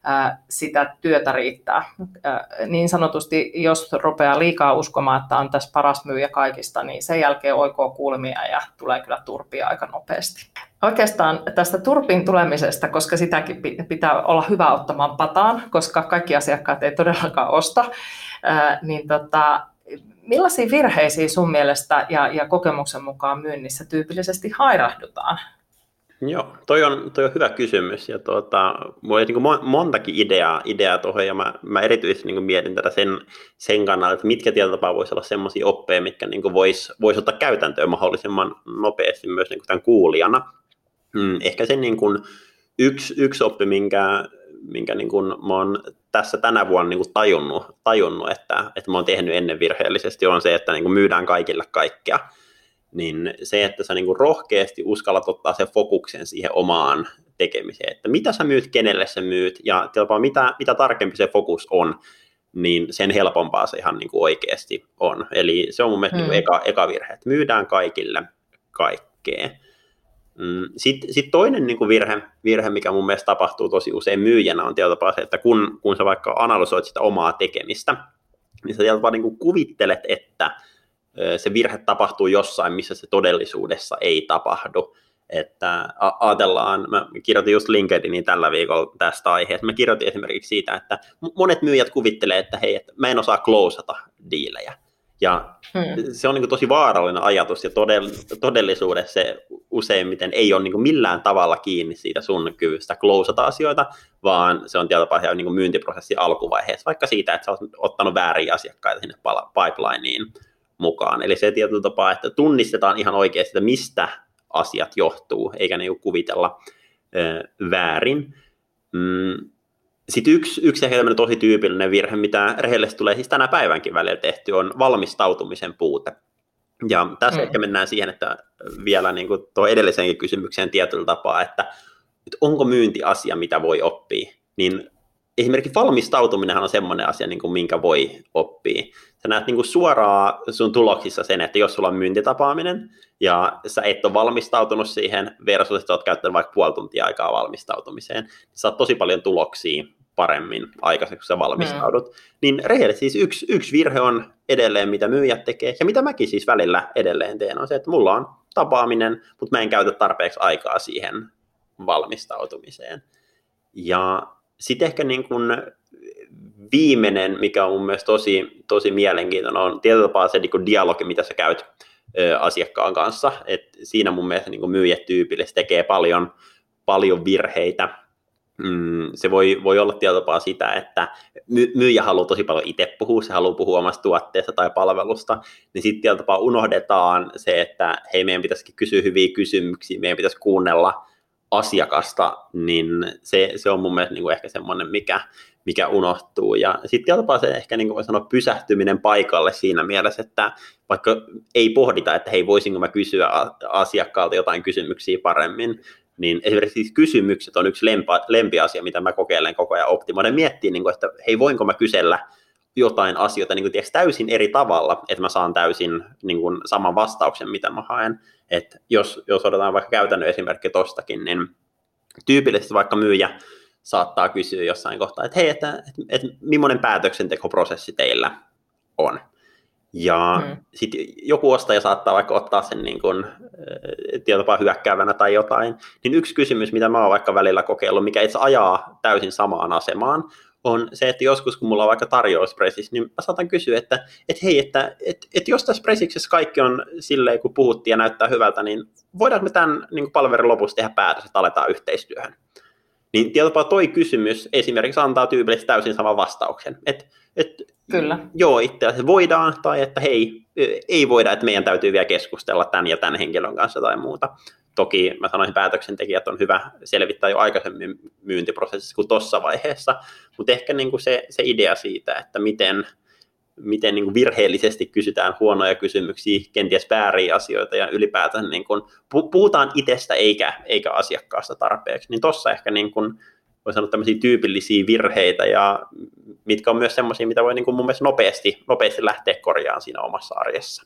sitä työtä riittää. Niin sanotusti, jos rupeaa liikaa uskomaan, että on tässä paras myyjä kaikista, niin sen jälkeen oikoo kulmia ja tulee kyllä turpia aika nopeasti. Oikeastaan tästä turpiin tulemisesta, koska sitäkin pitää olla hyvä ottamaan pataan, koska kaikki asiakkaat ei todellakaan osta, niin tota, millaisia virheisiä sun mielestä ja, ja kokemuksen mukaan myynnissä tyypillisesti hairahdutaan? Joo, toi on, toi on hyvä kysymys, ja tuota, mulla oli niin montakin ideaa, ideaa tuohon, ja mä, mä erityisesti niin mietin tätä sen, sen kannalta, että mitkä tietotapaa voisi olla sellaisia oppeja, mitkä niin voisi vois ottaa käytäntöön mahdollisimman nopeasti myös niin tämän kuulijana. Mm, ehkä se niin kuin yksi, yksi oppi, minkä, minkä niin kuin mä oon tässä tänä vuonna niin kuin tajunnut, tajunnut että, että mä oon tehnyt ennen virheellisesti, on se, että niin kuin myydään kaikille kaikkea. Niin se, että sä niinku rohkeasti uskallat ottaa sen fokuksen siihen omaan tekemiseen, että mitä sä myyt, kenelle sä myyt, ja mitä, mitä tarkempi se fokus on, niin sen helpompaa se ihan niinku oikeasti on. Eli se on mun mielestä hmm. niinku eka, eka virhe, että myydään kaikille kaikkea. Sitten sit toinen niinku virhe, virhe, mikä mun mielestä tapahtuu tosi usein myyjänä, on tietyllä tapaa se, että kun, kun sä vaikka analysoit sitä omaa tekemistä, niin sä tietyllä niinku kuvittelet, että se virhe tapahtuu jossain, missä se todellisuudessa ei tapahdu. Että ajatellaan, mä kirjoitin just LinkedIniin tällä viikolla tästä aiheesta, mä kirjoitin esimerkiksi siitä, että monet myyjät kuvittelee, että hei, että mä en osaa closata diilejä. Ja hmm. se on niin kuin tosi vaarallinen ajatus, ja todellisuudessa se useimmiten ei ole niin kuin millään tavalla kiinni siitä sun kyvystä closata asioita, vaan se on tietyllä niin kuin myyntiprosessin alkuvaiheessa, vaikka siitä, että sä oot ottanut vääriä asiakkaita sinne pipelineen mukaan. Eli se tietyllä tapaa, että tunnistetaan ihan oikeasti, että mistä asiat johtuu, eikä ne kuvitella ö, väärin. Mm. Sitten yksi, yksi ehkä tosi tyypillinen virhe, mitä rehellisesti tulee siis tänä päivänkin välillä tehty, on valmistautumisen puute. Ja tässä mm. ehkä mennään siihen, että vielä niin kuin tuo edellisenkin kysymykseen tietyllä tapaa, että, että onko myynti asia, mitä voi oppia, niin esimerkiksi valmistautuminenhan on semmoinen asia, niin kuin minkä voi oppia. Sä näet niin kuin suoraan sun tuloksissa sen, että jos sulla on myyntitapaaminen ja sä et ole valmistautunut siihen versus, että oot käyttänyt vaikka puoli tuntia aikaa valmistautumiseen, niin saat tosi paljon tuloksia paremmin aikaiseksi, kun sä valmistaudut. Mm. Niin rehellisesti siis yksi, yksi virhe on edelleen, mitä myyjät tekee, ja mitä mäkin siis välillä edelleen teen, on se, että mulla on tapaaminen, mutta mä en käytä tarpeeksi aikaa siihen valmistautumiseen. Ja sitten ehkä niin kuin viimeinen, mikä on mun mielestä tosi, tosi mielenkiintoinen, on tietyllä tapaa se niin kuin dialogi, mitä sä käyt ö, asiakkaan kanssa. Et siinä mun mielestä niin kuin myyjät tyypillisesti tekee paljon, paljon virheitä. Mm, se voi, voi olla tietyllä tapaa sitä, että my, myyjä haluaa tosi paljon itse puhua, se haluaa puhua omasta tuotteesta tai palvelusta, niin sitten tietyllä tapaa unohdetaan se, että hei, meidän pitäisikin kysyä hyviä kysymyksiä, meidän pitäisi kuunnella asiakasta, niin se, se on mun mielestä niin kuin ehkä semmoinen, mikä, mikä unohtuu. Ja sitten tietyllä tapaa se ehkä niin kuin voi sanoa pysähtyminen paikalle siinä mielessä, että vaikka ei pohdita, että hei, voisinko mä kysyä asiakkaalta jotain kysymyksiä paremmin, niin esimerkiksi kysymykset on yksi lempa, lempiasia, mitä mä kokeilen koko ajan optimoida. Miettii, niin kuin, että hei, voinko mä kysellä jotain asioita niin kuin, tiedätkö, täysin eri tavalla, että mä saan täysin niin kuin, saman vastauksen, mitä mä haen. Et jos, jos otetaan vaikka käytännön esimerkki tostakin, niin tyypillisesti vaikka myyjä saattaa kysyä jossain kohtaa, että hei, että, että, että millainen päätöksentekoprosessi teillä on. Ja hmm. sitten joku ostaja saattaa vaikka ottaa sen niin kuin, tietopaa hyökkäävänä tai jotain, niin yksi kysymys, mitä mä oon vaikka välillä kokeillut, mikä itse ajaa täysin samaan asemaan, on se, että joskus kun mulla on vaikka tarjouspressissä, niin mä saatan kysyä, että et hei, että et, et jos tässä pressiksessä kaikki on silleen, kun puhuttiin ja näyttää hyvältä, niin voidaanko me tämän niin palvelun lopussa tehdä päätös, että aletaan yhteistyöhön? Niin tietopaa toi kysymys esimerkiksi antaa tyypillisesti täysin saman vastauksen. Et, et, Kyllä. Joo, itse asiassa voidaan, tai että hei, ei voida, että meidän täytyy vielä keskustella tämän ja tämän henkilön kanssa tai muuta. Toki mä sanoisin, päätöksentekijät on hyvä selvittää jo aikaisemmin myyntiprosessissa kuin tuossa vaiheessa, mutta ehkä niin kuin se, se idea siitä, että miten, miten niin kuin virheellisesti kysytään huonoja kysymyksiä, kenties vääriä asioita ja ylipäätään niin kuin puhutaan itsestä eikä, eikä asiakkaasta tarpeeksi, niin tuossa ehkä niin kuin voi sanoa tämmöisiä tyypillisiä virheitä, ja mitkä on myös semmoisia, mitä voi niin kuin mun mielestä nopeasti, nopeasti lähteä korjaamaan siinä omassa arjessa.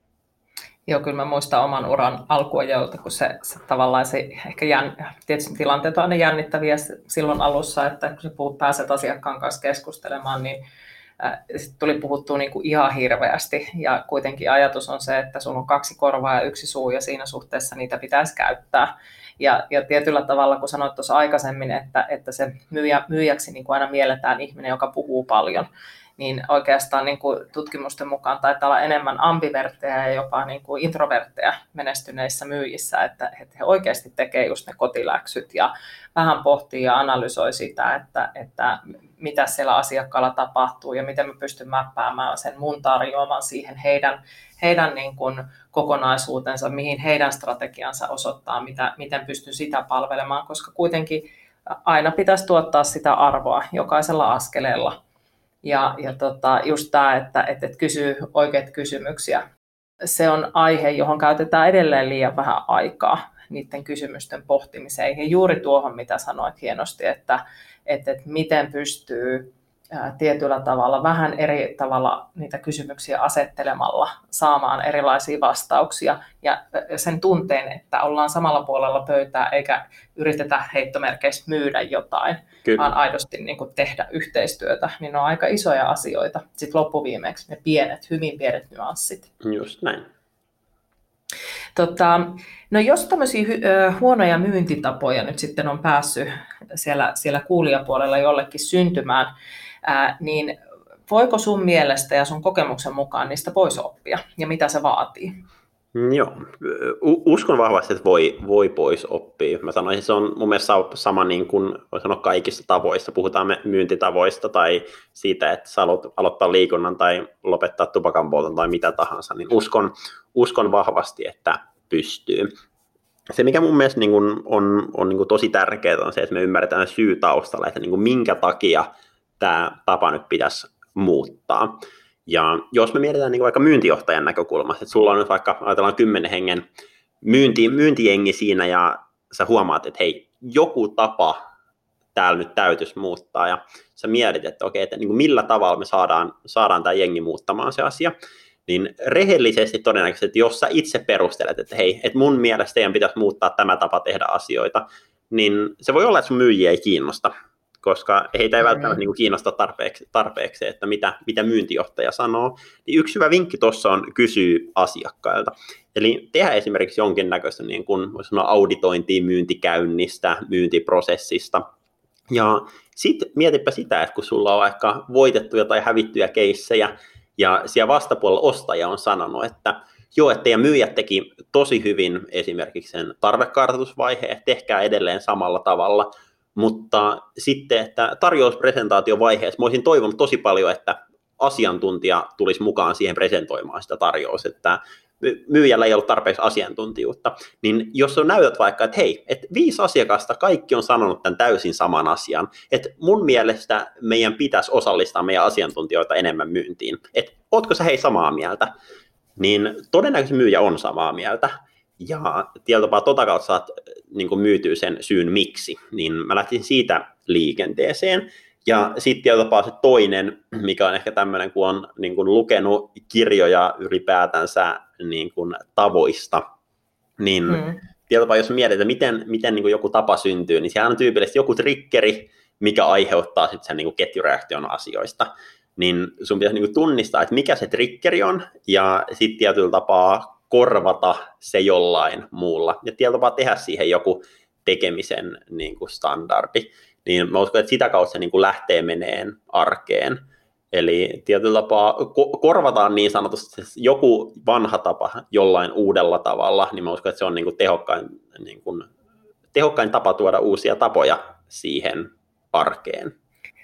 Joo, kyllä mä muistan oman uran alkuajoilta, kun se, se tavallaan se ehkä jänn, tietysti tilanteet on aina jännittäviä silloin alussa, että kun sä puhut, pääset asiakkaan kanssa keskustelemaan, niin äh, sitten tuli puhuttua niin kuin ihan hirveästi, ja kuitenkin ajatus on se, että sulla on kaksi korvaa ja yksi suu, ja siinä suhteessa niitä pitäisi käyttää. Ja, ja tietyllä tavalla, kun sanoit tuossa aikaisemmin, että, että se myyjä, myyjäksi niin kuin aina mielletään ihminen, joka puhuu paljon, niin oikeastaan niin kuin tutkimusten mukaan taitaa olla enemmän ambiverttejä ja jopa niin kuin introvertteja menestyneissä myyjissä, että, että he oikeasti tekee just ne kotiläksyt ja vähän pohtii ja analysoi sitä, että, että mitä siellä asiakkaalla tapahtuu ja miten mä pystyn mäppäämään sen mun tarjoaman siihen heidän, heidän niin kuin kokonaisuutensa, mihin heidän strategiansa osoittaa, mitä, miten pystyn sitä palvelemaan, koska kuitenkin aina pitäisi tuottaa sitä arvoa jokaisella askeleella. Ja, ja tota, just tämä, että, että kysyy oikeita kysymyksiä, se on aihe, johon käytetään edelleen liian vähän aikaa niiden kysymysten pohtimiseen. Ja juuri tuohon, mitä sanoit hienosti, että, että, että miten pystyy ää, tietyllä tavalla, vähän eri tavalla niitä kysymyksiä asettelemalla saamaan erilaisia vastauksia ja sen tunteen, että ollaan samalla puolella pöytää eikä yritetä heittomerkeissä myydä jotain, Kyllä. vaan aidosti niin kuin tehdä yhteistyötä, niin ne on aika isoja asioita. Sitten loppuviimeksi ne pienet, hyvin pienet nyanssit. Just näin. Tota, no jos tämmöisiä hy- huonoja myyntitapoja nyt sitten on päässyt siellä, siellä kuulijapuolella jollekin syntymään, ää, niin voiko sun mielestä ja sun kokemuksen mukaan niistä voisi oppia ja mitä se vaatii? Joo, uskon vahvasti, että voi, voi pois oppia. Mä sanoisin, että se on mun mielestä sama niin kuin voi sanoa kaikissa tavoissa. Puhutaan me myyntitavoista tai siitä, että sä haluat aloittaa liikunnan tai lopettaa tupakanpolton tai mitä tahansa, niin uskon, uskon vahvasti, että pystyy. Se, mikä mun mielestä niin kuin on, on niin kuin tosi tärkeää, on se, että me ymmärretään syy taustalla, että niin kuin minkä takia tämä tapa nyt pitäisi muuttaa. Ja jos me mietitään niin vaikka myyntijohtajan näkökulmasta, että sulla on nyt vaikka, ajatellaan kymmenen hengen myynti, myyntijengi siinä ja sä huomaat, että hei, joku tapa täällä nyt täytyisi muuttaa ja sä mietit, että okei, että niin kuin millä tavalla me saadaan, saadaan tämä jengi muuttamaan se asia, niin rehellisesti todennäköisesti, että jos sä itse perustelet, että hei, että mun mielestä teidän pitäisi muuttaa tämä tapa tehdä asioita, niin se voi olla, että sun myyjiä ei kiinnosta, koska heitä ei välttämättä niin kuin kiinnosta tarpeeksi, tarpeeksi, että mitä, mitä myyntijohtaja sanoo. Niin yksi hyvä vinkki tuossa on kysyä asiakkailta. Eli tehdä esimerkiksi jonkinnäköistä niin kuin, voisi sanoa, auditointia myyntikäynnistä, myyntiprosessista. Ja sitten mietipä sitä, että kun sulla on vaikka voitettuja tai hävittyjä keissejä, ja siellä vastapuolella ostaja on sanonut, että joo, että teidän myyjät teki tosi hyvin esimerkiksi sen tarvekartoitusvaiheen, tehkää edelleen samalla tavalla, mutta sitten, että tarjouspresentaatiovaiheessa mä olisin toivonut tosi paljon, että asiantuntija tulisi mukaan siihen presentoimaan sitä tarjous, että myyjällä ei ollut tarpeeksi asiantuntijuutta, niin jos on näytät vaikka, että hei, että viisi asiakasta, kaikki on sanonut tämän täysin saman asian, että mun mielestä meidän pitäisi osallistaa meidän asiantuntijoita enemmän myyntiin, että ootko sä hei samaa mieltä, niin todennäköisesti myyjä on samaa mieltä, ja tietyllä tapaa tota kautta saat niin myytyä sen syyn miksi, niin mä lähtin siitä liikenteeseen. Ja sitten tietyllä tapaa se toinen, mikä on ehkä tämmöinen, kun on niin kuin lukenut kirjoja ylipäätänsä niin kuin tavoista, niin mm. tietyllä tapaa, jos mietitään, että miten, miten niin kuin joku tapa syntyy, niin sehän on tyypillisesti joku triggeri, mikä aiheuttaa sitten sen niin kuin ketjureaktion asioista. Niin sun pitäisi niin kuin tunnistaa, että mikä se triggeri on, ja sitten tietyllä tapaa korvata se jollain muulla. Ja tietyllä tapaa tehdä siihen joku tekemisen niin kuin standardi. Niin mä uskon, että sitä kautta se niin kuin lähtee meneen arkeen. Eli tietyllä tapaa ko- korvataan niin sanotusti joku vanha tapa jollain uudella tavalla, niin mä uskon, että se on niin kuin tehokkain, niin kuin, tehokkain tapa tuoda uusia tapoja siihen arkeen.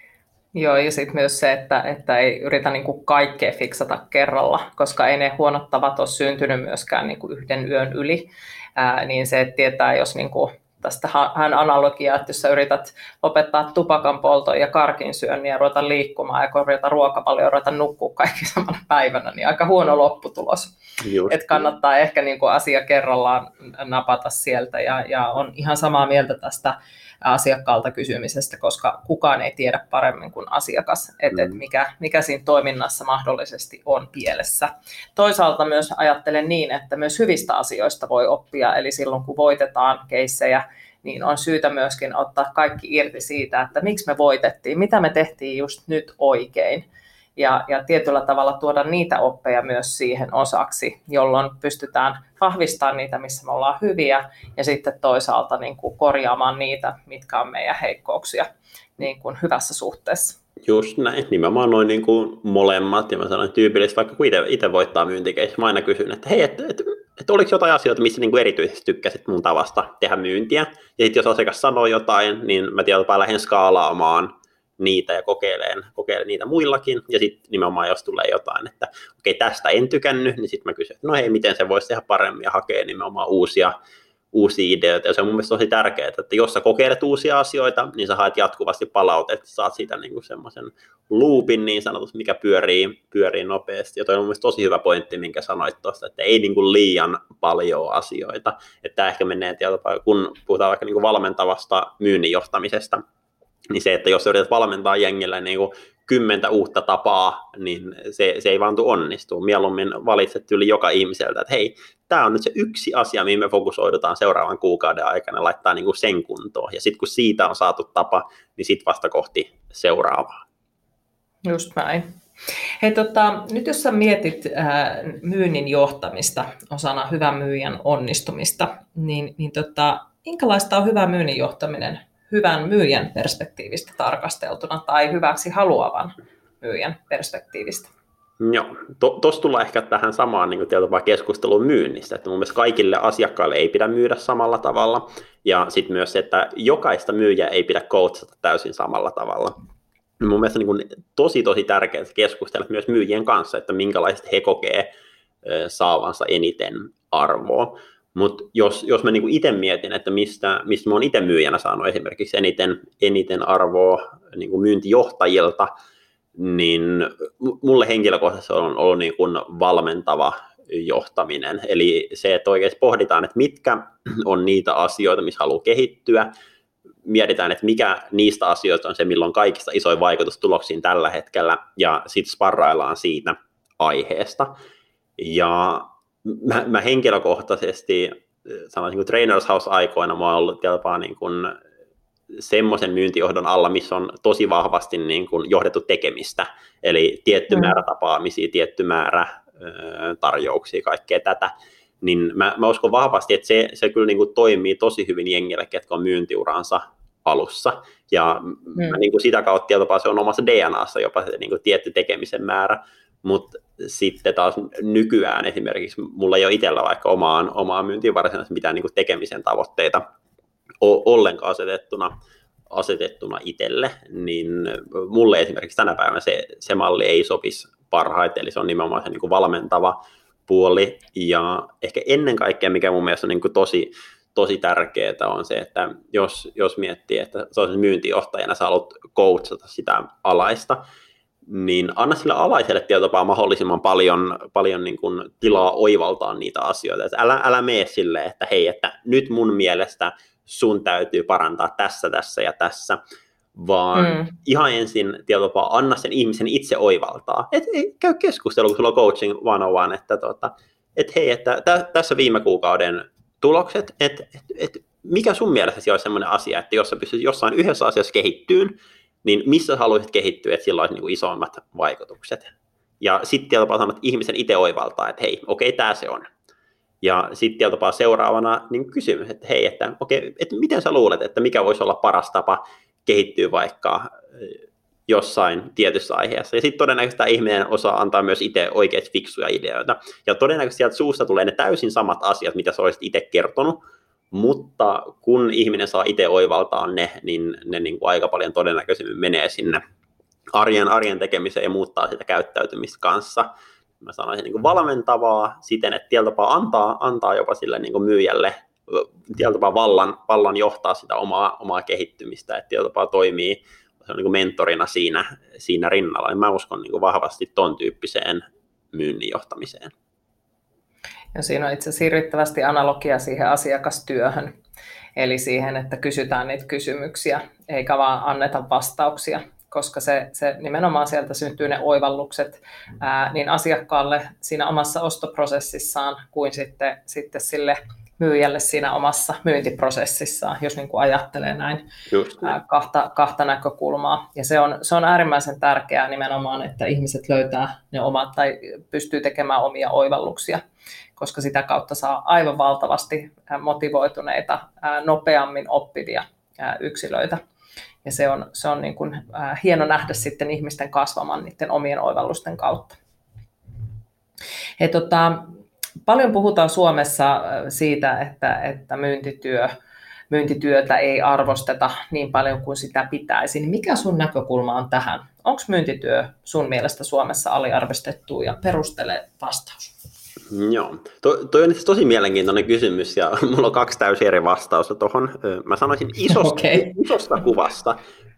Joo, ja sitten myös se, että, että ei yritä niin kuin kaikkea fiksata kerralla, koska ei ne huonot tavat ole syntynyt myöskään niin kuin yhden yön yli, Ää, niin se, että tietää, jos niin kuin tästä hän analogia, että jos sä yrität lopettaa tupakan polton ja karkin syönnin ja ruveta liikkumaan ja korjata ruokapaljoa ja ruveta nukkua kaikki samana päivänä, niin aika huono lopputulos. Että kannattaa ehkä niin kuin asia kerrallaan napata sieltä ja, ja on ihan samaa mieltä tästä asiakkaalta kysymisestä, koska kukaan ei tiedä paremmin kuin asiakas, että mm. mikä, mikä siinä toiminnassa mahdollisesti on pielessä. Toisaalta myös ajattelen niin, että myös hyvistä asioista voi oppia, eli silloin kun voitetaan keissejä, niin on syytä myöskin ottaa kaikki irti siitä, että miksi me voitettiin, mitä me tehtiin just nyt oikein. Ja, ja tietyllä tavalla tuoda niitä oppeja myös siihen osaksi, jolloin pystytään vahvistamaan niitä, missä me ollaan hyviä, ja sitten toisaalta niin kuin korjaamaan niitä, mitkä on meidän heikkouksia niin kuin hyvässä suhteessa. Just näin, nimenomaan noin niin kuin molemmat, ja mä sanoin tyypillisesti, vaikka kun itse voittaa myyntikeissä, mä aina kysyn, että hei, että et, et oliko jotain asioita, missä niin kuin erityisesti tykkäsit mun tavasta tehdä myyntiä, ja sitten jos asiakas sanoo jotain, niin mä tietysti lähden skaalaamaan niitä ja kokeilen, kokeilen niitä muillakin, ja sitten nimenomaan jos tulee jotain, että okei, okay, tästä en tykännyt, niin sitten mä kysyn, että no hei, miten se voisi tehdä paremmin, ja hakee nimenomaan uusia, uusia ideoita, ja se on mun mielestä tosi tärkeää, että jos sä kokeilet uusia asioita, niin sä haet jatkuvasti palautetta, saat siitä niinku semmoisen loopin niin sanotusti, mikä pyörii, pyörii nopeasti, ja toi on mun mielestä tosi hyvä pointti, minkä sanoit tuosta, että ei niinku liian paljon asioita, että tämä ehkä menee tietysti, kun puhutaan vaikka niinku valmentavasta myynnin johtamisesta, niin se, että jos yrität valmentaa jengillä niin kuin kymmentä uutta tapaa, niin se, se ei vaan tule onnistua. Mieluummin valitset yli joka ihmiseltä, että hei, tämä on nyt se yksi asia, mihin me fokusoidutaan seuraavan kuukauden aikana, laittaa niin kuin sen kuntoon. Ja sitten kun siitä on saatu tapa, niin sitten vasta kohti seuraavaa. Just näin. Hei, tota, nyt jos sä mietit äh, myynnin johtamista osana hyvän myyjän onnistumista, niin, niin tota, minkälaista on hyvä myynnin johtaminen hyvän myyjän perspektiivistä tarkasteltuna tai hyväksi haluavan myyjän perspektiivistä? Joo, tuossa tullaan ehkä tähän samaan niin kuin keskusteluun myynnistä, että mun mielestä kaikille asiakkaille ei pidä myydä samalla tavalla, ja sitten myös se, että jokaista myyjää ei pidä coachata täysin samalla tavalla. Mun mielestä niin kuin tosi tosi tärkeää keskustella myös myyjien kanssa, että minkälaiset he kokee saavansa eniten arvoa. Mutta jos, jos mä niinku itse mietin, että mistä, mistä mä oon itse myyjänä saanut esimerkiksi eniten, eniten arvoa niinku myyntijohtajilta, niin mulle henkilökohtaisesti on ollut niinku valmentava johtaminen. Eli se, että oikeasti pohditaan, että mitkä on niitä asioita, missä haluaa kehittyä, mietitään, että mikä niistä asioista on se, milloin on kaikista isoin vaikutus tuloksiin tällä hetkellä, ja sitten sparraillaan siitä aiheesta. Ja Mä, mä henkilökohtaisesti sanoisin, niin Trainers House-aikoina mä oon ollut jopa niin kuin semmoisen myyntijohdon alla, missä on tosi vahvasti niin kuin johdettu tekemistä, eli tietty mm. määrä tapaamisia, tietty määrä ö, tarjouksia, kaikkea tätä, niin mä, mä uskon vahvasti, että se, se kyllä niin kuin toimii tosi hyvin jengille, ketkä on myyntiuransa alussa, ja mm. mä, niin kuin sitä kautta jopa se on omassa D N A:ssa jopa se niin kuin tietty tekemisen määrä, mutta sitten taas nykyään esimerkiksi mulla ei ole itsellä vaikka omaan, omaan myyntiin varsinaisesti mitään niin kuin tekemisen tavoitteita ollenkaan asetettuna, asetettuna itselle, niin mulle esimerkiksi tänä päivänä se, se malli ei sopisi parhaiten, eli se on nimenomaan se niin kuin valmentava puoli, ja ehkä ennen kaikkea, mikä mun mielestä on niin kuin tosi, tosi tärkeää, on se, että jos, jos miettii, että sä olisit myyntijohtajana, sä haluat coachata sitä alaista, niin anna sille alaiselle tietotapaa mahdollisimman paljon, paljon niin kuin tilaa oivaltaa niitä asioita. Että älä, älä mene silleen, että hei, että nyt mun mielestä sun täytyy parantaa tässä, tässä ja tässä, vaan mm. ihan ensin tietotapaa anna sen ihmisen itse oivaltaa. Et, et, käy keskustelua, kun sulla on coaching one on one, että, tota, et hei, että tä, tässä viime kuukauden tulokset, että et, et, mikä sun mielestäsi olisi sellainen asia, että jos sä pystyt jossain yhdessä asiassa kehittyyn, niin missä haluaisit kehittyä, että sillä olisi niin kuin isommat vaikutukset. Ja sitten tietopaa sanoa, että ihmisen itse oivaltaa, että hei, okei, okay, tämä se on. Ja sitten tietopaa seuraavana niin kysymys, että hei, että okei, okay, että miten sä luulet, että mikä voisi olla paras tapa kehittyä vaikka jossain tietyssä aiheessa. Ja sitten todennäköisesti tämä ihminen osaa antaa myös itse oikeasti fiksuja ideoita. Ja todennäköisesti sieltä suusta tulee ne täysin samat asiat, mitä sä olisit itse kertonut, mutta kun ihminen saa itse oivaltaa ne, niin ne niin kuin aika paljon todennäköisemmin menee sinne arjen, arjen tekemiseen ja muuttaa sitä käyttäytymistä kanssa. Mä sanoisin niin kuin valmentavaa siten, että tietyllä tapaa antaa, antaa jopa sille niin kuin myyjälle tietyllä tapaa vallan, vallan johtaa sitä omaa, omaa kehittymistä, että tietyllä tapaa toimii se on niin kuin mentorina siinä, siinä rinnalla. Ja mä uskon niin kuin vahvasti ton tyyppiseen myynnin johtamiseen. Ja siinä on itse asiassa hirvittävästi analogia siihen asiakastyöhön, eli siihen, että kysytään niitä kysymyksiä, eikä vaan anneta vastauksia, koska se, se nimenomaan sieltä syntyy ne oivallukset ää, niin asiakkaalle siinä omassa ostoprosessissaan kuin sitten, sitten sille myyjälle siinä omassa myyntiprosessissaan, jos niin kuin ajattelee näin ää, kahta, kahta näkökulmaa. Ja se on, se on äärimmäisen tärkeää nimenomaan, että ihmiset löytää ne omat tai pystyy tekemään omia oivalluksia, koska sitä kautta saa aivan valtavasti motivoituneita, nopeammin oppivia yksilöitä. Ja se on, se on niin kuin hieno nähdä sitten ihmisten kasvamaan niiden omien oivallusten kautta. He, tota, paljon puhutaan Suomessa siitä, että, että myyntityö, myyntityötä ei arvosteta niin paljon kuin sitä pitäisi. Niin mikä sun näkökulma on tähän? Onko myyntityö sun mielestä Suomessa aliarvostettu ja perustele vastaus? Joo, to, toi on tosi mielenkiintoinen kysymys ja mulla on kaksi täysin eri vastausta tuohon. Mä sanoisin isosta, okay. isosta kuvasta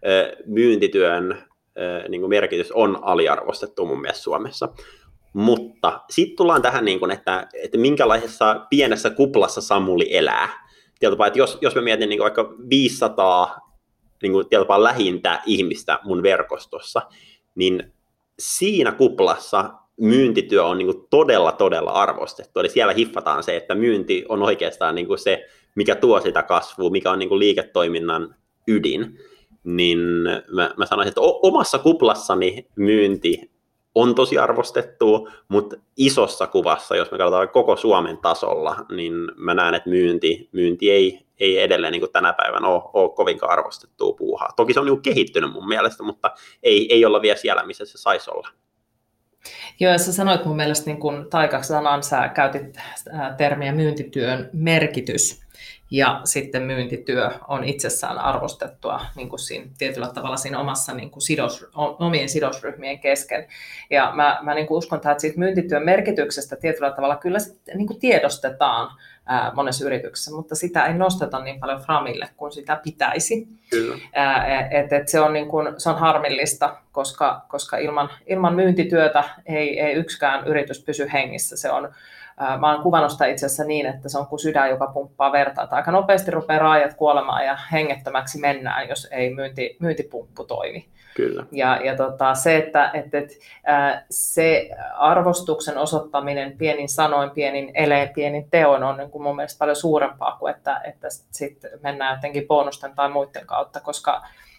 myyntityön niin kuin merkitys on aliarvostettu mun mielestä Suomessa. Mutta sitten tullaan tähän, niin kuin, että, että minkälaisessa pienessä kuplassa Samuli elää. Tietopaa, että jos, jos mä mietin niin kuin vaikka viisisataa niin kuin, tietopaa lähintä ihmistä mun verkostossa, niin siinä kuplassa myyntityö on niin kuin todella, todella arvostettu. Eli siellä hiffataan se, että myynti on oikeastaan niin kuin se, mikä tuo sitä kasvua, mikä on niin kuin liiketoiminnan ydin. Niin mä, mä sanoisin, että omassa kuplassani myynti on tosi arvostettu, mutta isossa kuvassa, jos me katsotaan koko Suomen tasolla, niin mä näen, että myynti, myynti ei, ei edelleen niin kuin tänä päivänä ole, ole kovinkaan arvostettua puuhaa. Toki se on niin kuin kehittynyt mun mielestä, mutta ei, ei olla vielä siellä, missä se saisi olla. Joo, ja sä sanoit mun mielestä niin kun taikaksi sanan, sä käytit termiä myyntityön merkitys, ja sitten myyntityö on itsessään arvostettua niin kuin siinä, tietyllä tavalla siinä omassa niin kuin sidos, omien sidosryhmien kesken. Ja mä, mä niin kuin uskon, että siitä myyntityön merkityksestä tietyllä tavalla kyllä sitten, niin kuin tiedostetaan ää, monessa yrityksessä, mutta sitä ei nosteta niin paljon framille kuin sitä pitäisi. Ää, et, et se, on niin kuin, se on harmillista, koska, koska ilman, ilman myyntityötä ei, ei yksikään yritys pysy hengissä. Se on Mä oon kuvannut sitä itse asiassa niin, että se on kuin sydän, joka pumppaa verta. Että aika nopeasti rupeaa raajat kuolemaan ja hengettömäksi mennään, jos ei myynti, myyntipumppu toimi. Kyllä. Ja, ja tota, se, että et, et, ää, se arvostuksen osoittaminen pienin sanoin, pienin eleen, pienin teon on niin kuin mun mielestä paljon suurempaa kuin, että, että sitten mennään jotenkin bonusten tai muiden kautta, koska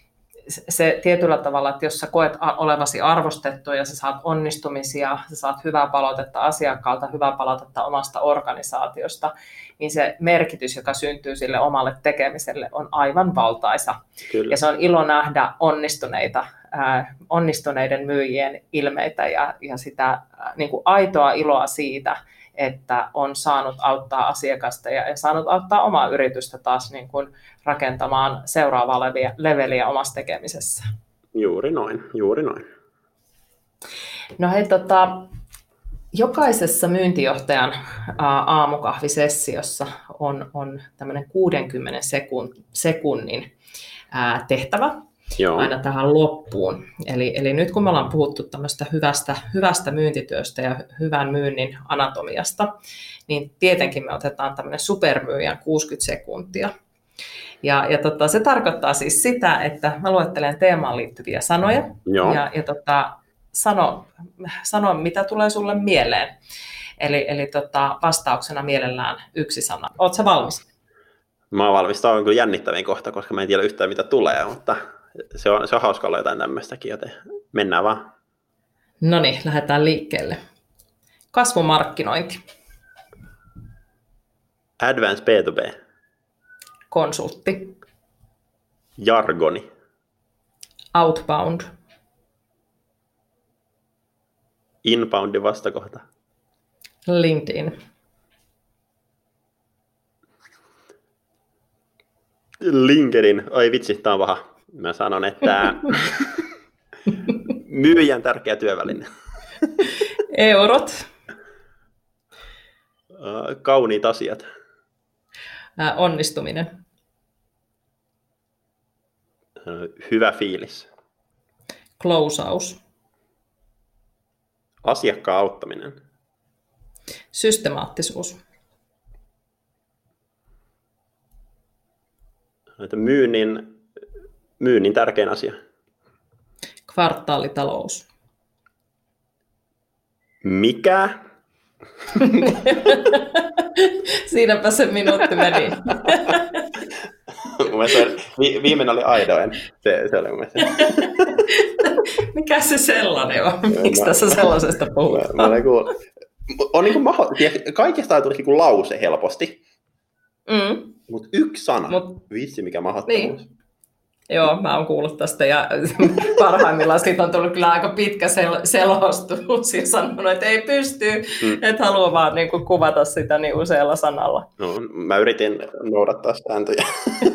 se tietyllä tavalla, että jos sä koet olevasi arvostettu ja sä saat onnistumisia, sä saat hyvää palautetta asiakkaalta, hyvää palautetta omasta organisaatiosta, niin se merkitys, joka syntyy sille omalle tekemiselle, on aivan valtaisa. Kyllä. Ja se on ilo nähdä onnistuneita, äh, onnistuneiden myyjien ilmeitä ja, ja sitä äh, niin kuin aitoa iloa siitä, että on saanut auttaa asiakasta ja, ja saanut auttaa omaa yritystä taas niin kuin rakentamaan seuraavaa leveliä omassa tekemisessä. Juuri noin, juuri noin. No hei, tota, jokaisessa myyntijohtajan aamukahvisessiossa on, on tämmöinen kuudenkymmenen sekunnin tehtävä. Joo. Aina tähän loppuun. Eli, eli nyt kun me ollaan puhuttu tämmöistä hyvästä, hyvästä myyntityöstä ja hyvän myynnin anatomiasta, niin tietenkin me otetaan tämmöinen supermyyjän kuusikymmentä sekuntia. Ja, ja tota, se tarkoittaa siis sitä, että mä luettelen teemaan liittyviä sanoja Joo. ja, ja tota, sano, sano, mitä tulee sulle mieleen. Eli, eli tota, vastauksena mielellään yksi sana. Ootko sä valmis? Mä oon valmis. Tämä on kyllä jännittävin kohta, koska mä en tiedä yhtään mitä tulee, mutta se on, se on hauska olla jotain tämmöistäkin, joten mennään vaan. No niin, lähdetään liikkeelle. Kasvumarkkinointi. Advanced B two B. Konsultti. Jargoni. Outbound. Inboundin vastakohta. LinkedIn. LinkedIn. Oi vitsi, tää on paha. Mä sanon, että myyjän tärkeä työväline. Eurot. Kauniit asiat. Onnistuminen. Hyvä fiilis. Closeaus. Asiakkaan auttaminen. Systemaattisuus. Myynnin, myynnin tärkein asia. Kvartaalitalous. Mikä? Siinäpä se minuutti meni. Vi- viimeinen oli aidoin. Se, se oli mun mielestä. Mikä se sellainen on? Miksi mä, tässä sellaisesta puhutaan? Mä, mä kuul... on niin kuin maho- kaikesta tulee niin kuin lause helposti. Mm. Mutta yksi sana. Mut... Vitsi, mikä mahdottomuus. Niin. Joo, mä oon kuullut tästä ja parhaimmillaan siitä on tullut kyllä aika pitkä sel- selostus ja sanonut, että ei pysty, mm. että haluaa vaan niin kuin kuvata sitä niin usealla sanalla. No, mä yritin noudattaa sääntöjä.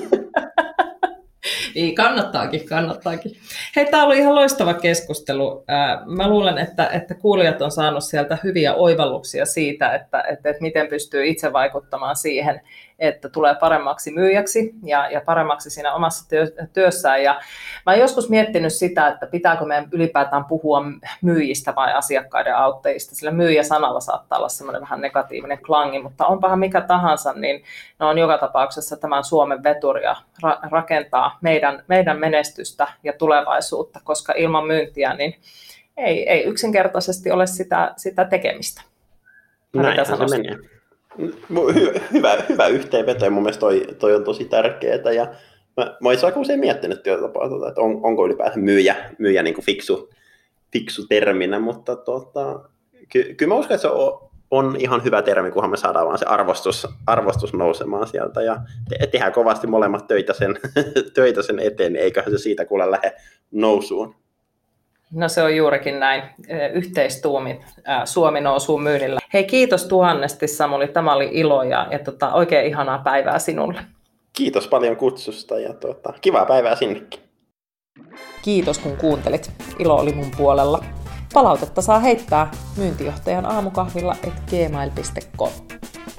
Ei, kannattaakin, kannattaakin. Hei, tämä oli ihan loistava keskustelu. Mä luulen, että, että kuulijat on saanut sieltä hyviä oivalluksia siitä, että, että, että miten pystyy itse vaikuttamaan siihen, että tulee paremmaksi myyjäksi ja, ja paremmaksi siinä omassa työ, työssään. Ja mä oon joskus miettinyt sitä, että pitääkö meidän ylipäätään puhua myyjistä vai asiakkaiden auttajista, sillä myyjä-sanalla saattaa olla semmoinen vähän negatiivinen klangi, mutta onpahan mikä tahansa, niin ne on joka tapauksessa tämän Suomen veturia ra- rakentaa meidän, meidän menestystä ja tulevaisuutta, koska ilman myyntiä niin ei, ei yksinkertaisesti ole sitä, sitä tekemistä. Näinhän se menee. Hy- hyvä, hyvä yhteenveto ja mun mielestä toi, toi on tosi tärkeää ja mä, mä olisin aika usein miettinyt työtapaa, että on, onko ylipäätään myyjä, myyjä niin kuin fiksu, fiksu terminä, mutta tota, ky, kyllä mä uskon, että se on, on ihan hyvä termi, kunhan me saadaan vaan se arvostus, arvostus nousemaan sieltä ja te, tehdään kovasti molemmat töitä sen, töitä sen eteen, niin eiköhän se siitä kuule lähde nousuun. No se on juurikin näin. Yhteistuumin Suomi nousuu myynnillä. Hei, kiitos tuhannesti Samuli. Tämä oli ilo ja, ja tota, oikein ihanaa päivää sinulle. Kiitos paljon kutsusta ja tota, kivaa päivää sinnekin. Kiitos kun kuuntelit. Ilo oli mun puolella. Palautetta saa heittää myyntijohtajan aamukahvilla at gmail piste com.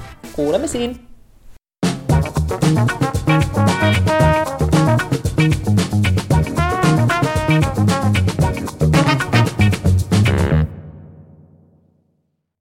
Kuulemisiin!